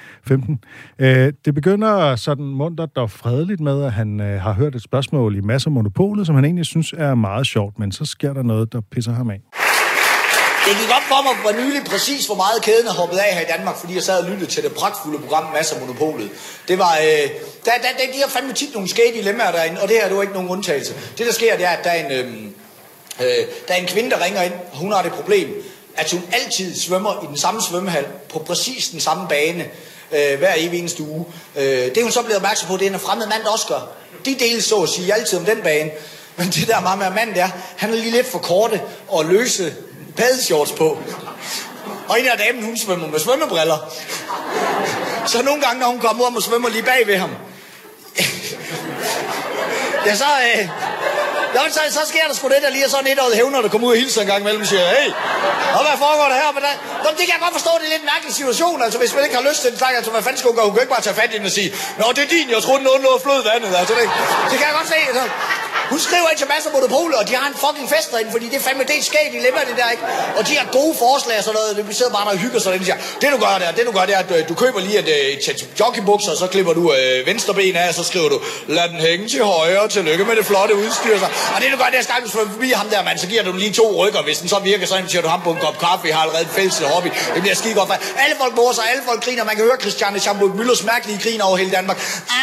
Det begynder sådan muntert og fredeligt med, at han har hørt et spørgsmål i Masser Monopolet, som han egentlig synes er meget sjovt, men så sker der noget, der pisser ham af. Det gik op for mig for nylig præcis, hvor meget kæden har hoppet af her i Danmark, fordi jeg sad og lyttede til det pragtfulde program Masser Monopolet. Det var, der giver fandme tit nogle skæde dilemmaer derinde, og det her er jo ikke nogen undtagelse. Det der sker, det er, at der er en kvinde, der ringer ind, og hun har det problem, at hun altid svømmer i den samme svømmehal på præcis den samme bane, hver evig eneste uge. Det hun så blevet opmærksom på, det er en fremmed mand, der også gør. De deles så at sige altid om den bane. Men det der meget med manden der, han er lige lidt for korte og løse badeshorts på. Og en af damen, hun svømmer med svømmebriller. Så nogle gange, når hun kommer ud og svømmer lige bag ved ham, ja, så sker der sgu det der lige, og så en etårig hævner, der kommer ud og hilser en gang imellem og siger, hey, og hvad foregår der her? Men det kan jeg godt forstå, det er lidt en mærkelig situation, altså hvis man ikke har lyst til det, så altså, hvad fanden skulle hun kan ikke bare tage fat i den og sige, nå, det er din, jeg troede, den undlod flød vandet, altså det kan jeg godt se, altså. Hun skriver ind til masser af monopoler, og de har en fucking fest derinde, fordi det er fandme det skægt dilemma, det der, ikke? Og de har gode forslag og sådan noget, vi sidder bare der og hygger sådan, og siger, det du gør, det er, at du køber lige et sæt joggingbukser, og så klipper du venstre ben af, og så skriver du, lad den hænge til højre, tillykke med det flotte udstyr. Og det du gør, det er, at du svømmer forbi ham der, mand, så giver du lige 2 rykker, hvis den så virker, så inviterer du ham på en kop kaffe, jeg har allerede fælles hobby. Det bliver skide godt, for alle folk morser, alle folk griner, man kan høre Christiane Schaumburg-Müllers mærkelige grin over hele Danmark.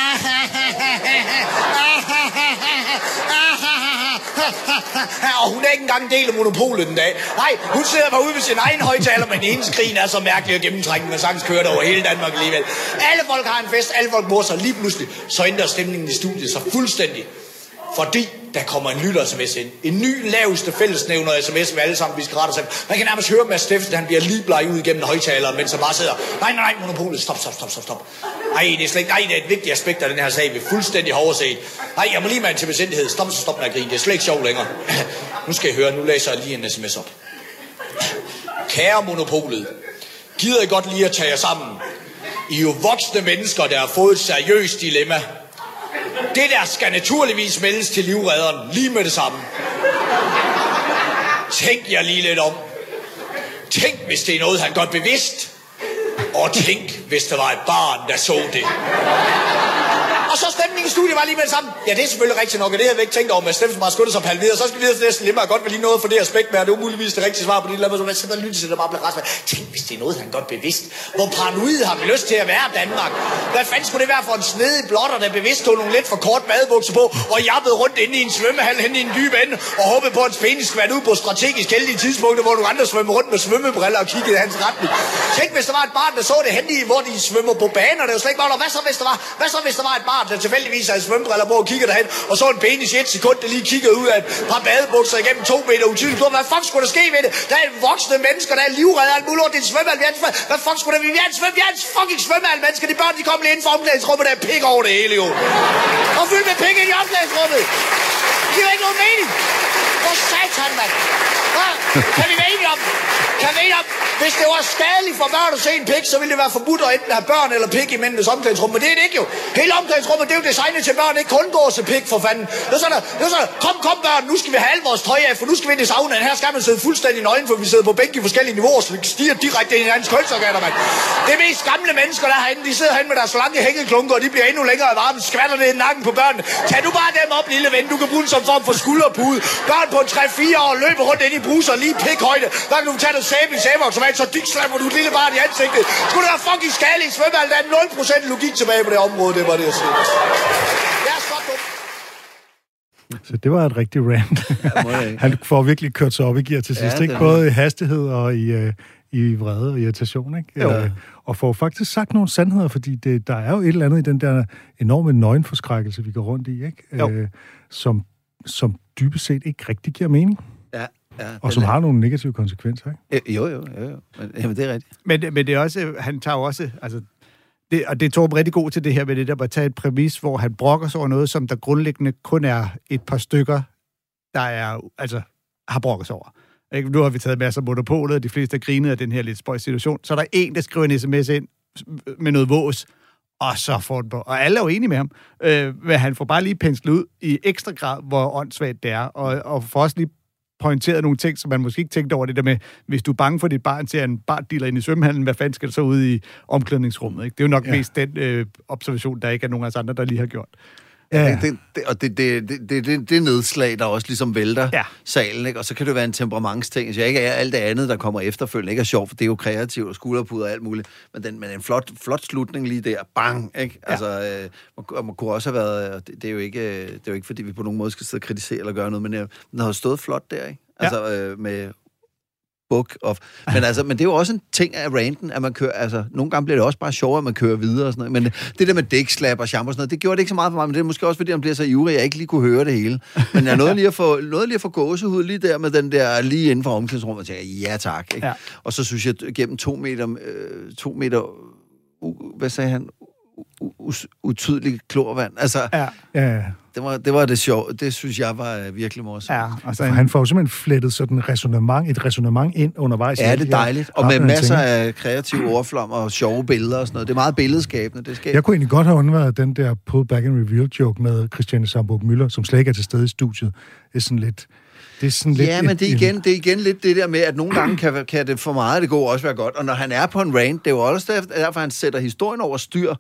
Og hun er ikke engang en del af monopolet den dag. Nej, hun sidder bare ude ved sin egen højtaler, men hendes grin er så mærkelig og gennemtrængende, og sagtens kører over hele Danmark alligevel. Alle folk har en fest, alle folk morser, lige pludselig, så ændrer stemningen i studiet sig fuldstændig. Fordi der kommer en lytter-sms ind. En ny laveste fællesnævner sms med alle sammen, vi skal rette os af. Man kan nærmest høre, Mads Steffensen, han bliver lige bleg ud igennem højtaleren, mens han bare sidder. Nej, monopolet, stop. Ej, det er slet ikke, det er et vigtigt aspekt af den her sag, vi fuldstændig har overset. Nej, jeg må lige med en til besindighed. Stop med at grine, det er slet ikke sjovt længere. Nu skal I høre, nu læser jeg lige en sms op. Kære monopolet, gider I godt lige at tage jer sammen? I er jo voksne mennesker, der har fået et seriøst dilemma. Det der skal naturligvis meldes til livredderen lige med det samme. Tænk jer lige lidt om. Tænk, hvis det er noget, han gør bevidst. Og tænk, hvis der var et barn, der så det. Og så stemningen i studiet var lige med det samme. Ja, det er selvfølgelig rigtigt nok, og det havde vi ikke tænkt over, med Steffensen bare skuddet sig på halvvidere. Så skal vi videre til næste limmer, og godt vil lige noget for det aspekt med, at det er umuligvis det rigtige svar på det. Lad mig så sidde og lytte til det, bare bliver retsvært. Tænk, hvis det er noget, han godt bevidst. Hvor paranoid har vi lyst til at være Danmark? Hvad fanden skulle det være for en snedig blotter, der bevidst tog nogle lidt for kort badebukser på, og jappede rundt inde i en svømmehal hen i en dyb ende, og håbede på, at penis skulle være ud på strategisk heldige tidspunkter, hvor nogle andre svømmer rundt med svømmebriller og kiggede i hans retning. Tænk, hvis der var et barn, der så det hen i, hvor de svømmer på baner, det er jo slet ikke bare, hvad så hvis der var et barn, der tilfældigvis havde svømmebriller på og kigger derhen, og så en penis i 1 sekund, der lige kiggede ud af et par badebukser igennem 2 meter utydeligt. Hvad fuck skulle der ske ved det? Der er voksne mennesker, der er livredder, alt muligt, det er en svømmehal. Hvad fuck skulle der? Vi er en fucking svømmehal, mennesker. De børn, de kommer lige ind for omklædningsrummet, der er pik over det hele, jo. Og fyldt med pik ind i omklædningsrummet. Det giver ikke nogen mening. Hvor satan, mand. Kan vi være enige om? Hvis det var skadeligt for børn at se en pik, så ville det være forbudt at enten have børn eller pik i mændenes omklædningsrum. Men det er det ikke jo. Hele omklædningsrummet, det er jo designet til børn, ikke kun går til pik for fanden. Det er sådan, kom børn, nu skal vi have alle vores tøj af, for nu skal vi ind i saunaen. Her skal man sidde fuldstændig nøgen, for vi sidder på bænke i forskellige niveauer, så det stiger direkte ind i hans kønsorganer, mand. Det er mest gamle mennesker, der er herinde, de sidder herinde med deres lange hængeklunker, og de bliver endnu længere i varmen. Skvatter det i nakken på børnene. Tag nu bare dem op, lille ven. Du kan bruge den som form for skulderpude. Børn på 3-4 år løber rundt ind i bruser lige pikhøjde. Der kan du tage noget sæbe i sæbeautomat, så slammer du et lille barn i ansigtet. Skulle det være fucking skadeligt i svømmehal, der er 0% logik tilbage på det område, det var det, jeg siger. Jeg er så dum. Så det var et rigtigt rant. Han får virkelig kørt sig op i gear til sidst, ikke? Både i hastighed og i vrede og irritation, ikke? Og får faktisk sagt nogle sandheder, fordi der er jo et eller andet i den der enorme nøgenforskrækkelse, vi går rundt i, ikke? Som dybest set ikke rigtig giver mening. Ja, og som har nogle negative konsekvenser, ikke? Jo. Jamen, det er rigtigt. Men det er også, han tager også, altså, det er Torben rigtig god til det her med det der, at tage et præmis, hvor han brokker sig over noget, som der grundlæggende kun er et par stykker, der er, altså, har brokket sig over. Ikke? Nu har vi taget masser af monopolet, og de fleste har grinet af den her lidt spøjs situation. Så er der en, der skriver en sms ind med noget vås, og så får den på. Og alle er jo enige med ham. Men han får bare lige penslet ud i ekstra grad, hvor åndssvagt det er, og får også lige pointeret nogle ting, som man måske ikke tænkte over det der med, hvis du er bange for dit barn til en bardealer ind i svømmehallen, hvad fanden skal der så ud i omklædningsrummet? Ikke? Det er jo nok mest den observation, der ikke er nogen af os andre, der lige har gjort. Ja. Det nedslag, der også ligesom vælter salen, ikke? Og så kan det være en temperamentsting. Så jeg ikke er alt det andet, der kommer efterfølgende, ikke er sjovt, for det er jo kreativt og skulderpuder og alt muligt. Men en flot slutning lige der. Bang! Ikke? Ja. Altså, man kunne også have været... Det er jo ikke, fordi vi på nogen måde skal sidde og kritisere eller gøre noget, men den har stået flot der, ikke? Altså, med book of... Men det er jo også en ting af ranten, at man kører... Altså, nogle gange bliver det også bare sjovere, at man kører videre og sådan noget. Men det der med dækslap og champ og sådan noget, det gjorde det ikke så meget for mig, men det er måske også, fordi han bliver så ivrig, at jeg ikke lige kunne høre det hele. Men jeg nåede lige at få gåsehud lige der med den der, lige inden for omklædningsrummet, og tænkte, ja tak. Ikke? Ja. Og så synes jeg, gennem 2 meter hvad sagde han? Utydeligt klorvand. Altså, ja. Det var det sjovt. Det synes jeg var virkelig morsomt. Ja, altså, han får jo simpelthen flettet sådan et resonemang ind undervejs. Ja, det er dejligt. Og med masser af kreative ordflommer og sjove billeder og sådan noget. Det er meget billedskabende. Jeg kunne egentlig godt have undværet den der pull back and reveal joke med Christiane Sambuk-Müller, som slet ikke er til stede i studiet. Det er sådan lidt... Ja, men det er igen lidt det der med, at nogle gange kan det for meget, det går også være godt. Og når han er på en rant, det er jo også derfor, han sætter historien over styr,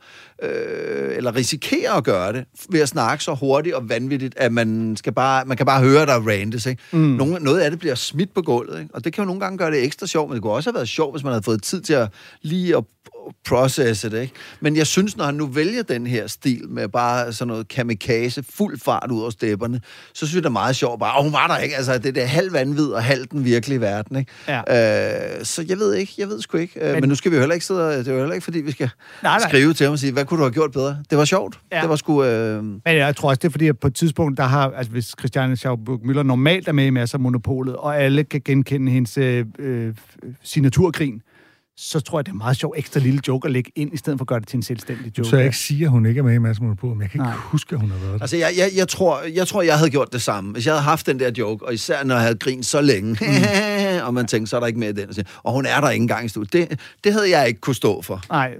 eller risikerer at gøre det, ved at snakke så hurtigt og vanvittigt, at man kan bare høre, der rantes. Ikke? Noget af det bliver smidt på gulvet, ikke? Og det kan jo nogle gange gøre det ekstra sjovt, men det kunne også have været sjovt, hvis man havde fået tid til at lige at processe det, ikke? Men jeg synes, når han nu vælger den her stil med bare sådan noget kamikaze, fuld fart ud over stepperne, så synes jeg, det er meget sjovt. Bare, hun var der ikke. Altså, det der halv vanvid og halv den virkelige verden, ikke? Ja. Så jeg ved sgu ikke. Men nu skal vi jo heller ikke sidde, det er jo heller ikke, fordi vi skal skrive til ham og sige, hvad kunne du have gjort bedre? Det var sjovt. Ja. Det var sgu... Men jeg tror også, det er fordi, at på et tidspunkt, der har, altså hvis Christiane Schaubuk-Müller normalt er med i masser af Monopolet, og alle kan genkende hendes signaturgrin, så tror jeg, det er en meget sjov ekstra lille joke at lægge ind, i stedet for at gøre det til en selvstændig joke. Så jeg ikke siger, at hun ikke er med i Mads Monopol, men jeg kan ikke huske, at hun har været der. Altså, jeg tror, jeg havde gjort det samme. Hvis jeg havde haft den der joke, og især når jeg havde grint så længe, og man tænkte, så er der ikke mere i den. Og hun er der ikke engang i studiet. Det havde jeg ikke kunne stå for. Nej,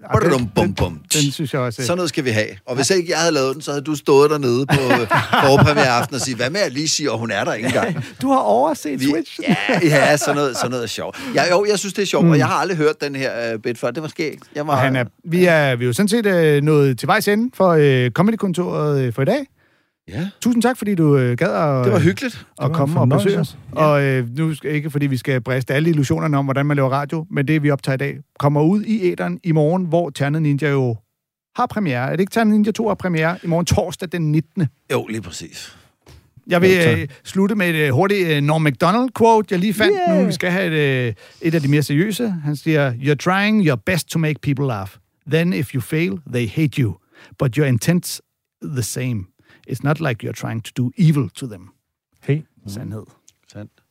den synes jeg også. Sådan noget skal vi have. Og hvis ikke jeg havde lavet den, så havde du stået dernede på forpremiereaften og sige, hvad med at lige sige, og hun er der ikke engang. Du har overset Twitch. Ja, sådan noget er sjovt. Jeg synes, det er sjovt, og jeg har aldrig hørt den her bit før. Det var skægt. Vi er jo sådan set nået til vejs ende for Comedy-kontoret for i dag. Ja. Tusind tak, fordi du gad at... Det var hyggeligt. At komme og besøge os. Ja. Og nu ikke, fordi vi skal briste alle illusionerne om, hvordan man laver radio, men det, vi optager i dag, kommer ud i æteren i morgen, hvor Ternet Ninja jo har premiere. Er det ikke Ternet Ninja 2 har premiere i morgen torsdag den 19. Jo, lige præcis. Jeg vil slutte med et hurtigt Norm Macdonald-quote, jeg lige fandt nu. Vi skal have et af de mere seriøse. Han siger, "You're trying your best to make people laugh. Then if you fail, they hate you. But your intent's the same. It's not like you're trying to do evil to them." Hey. Sandhed. Sandt.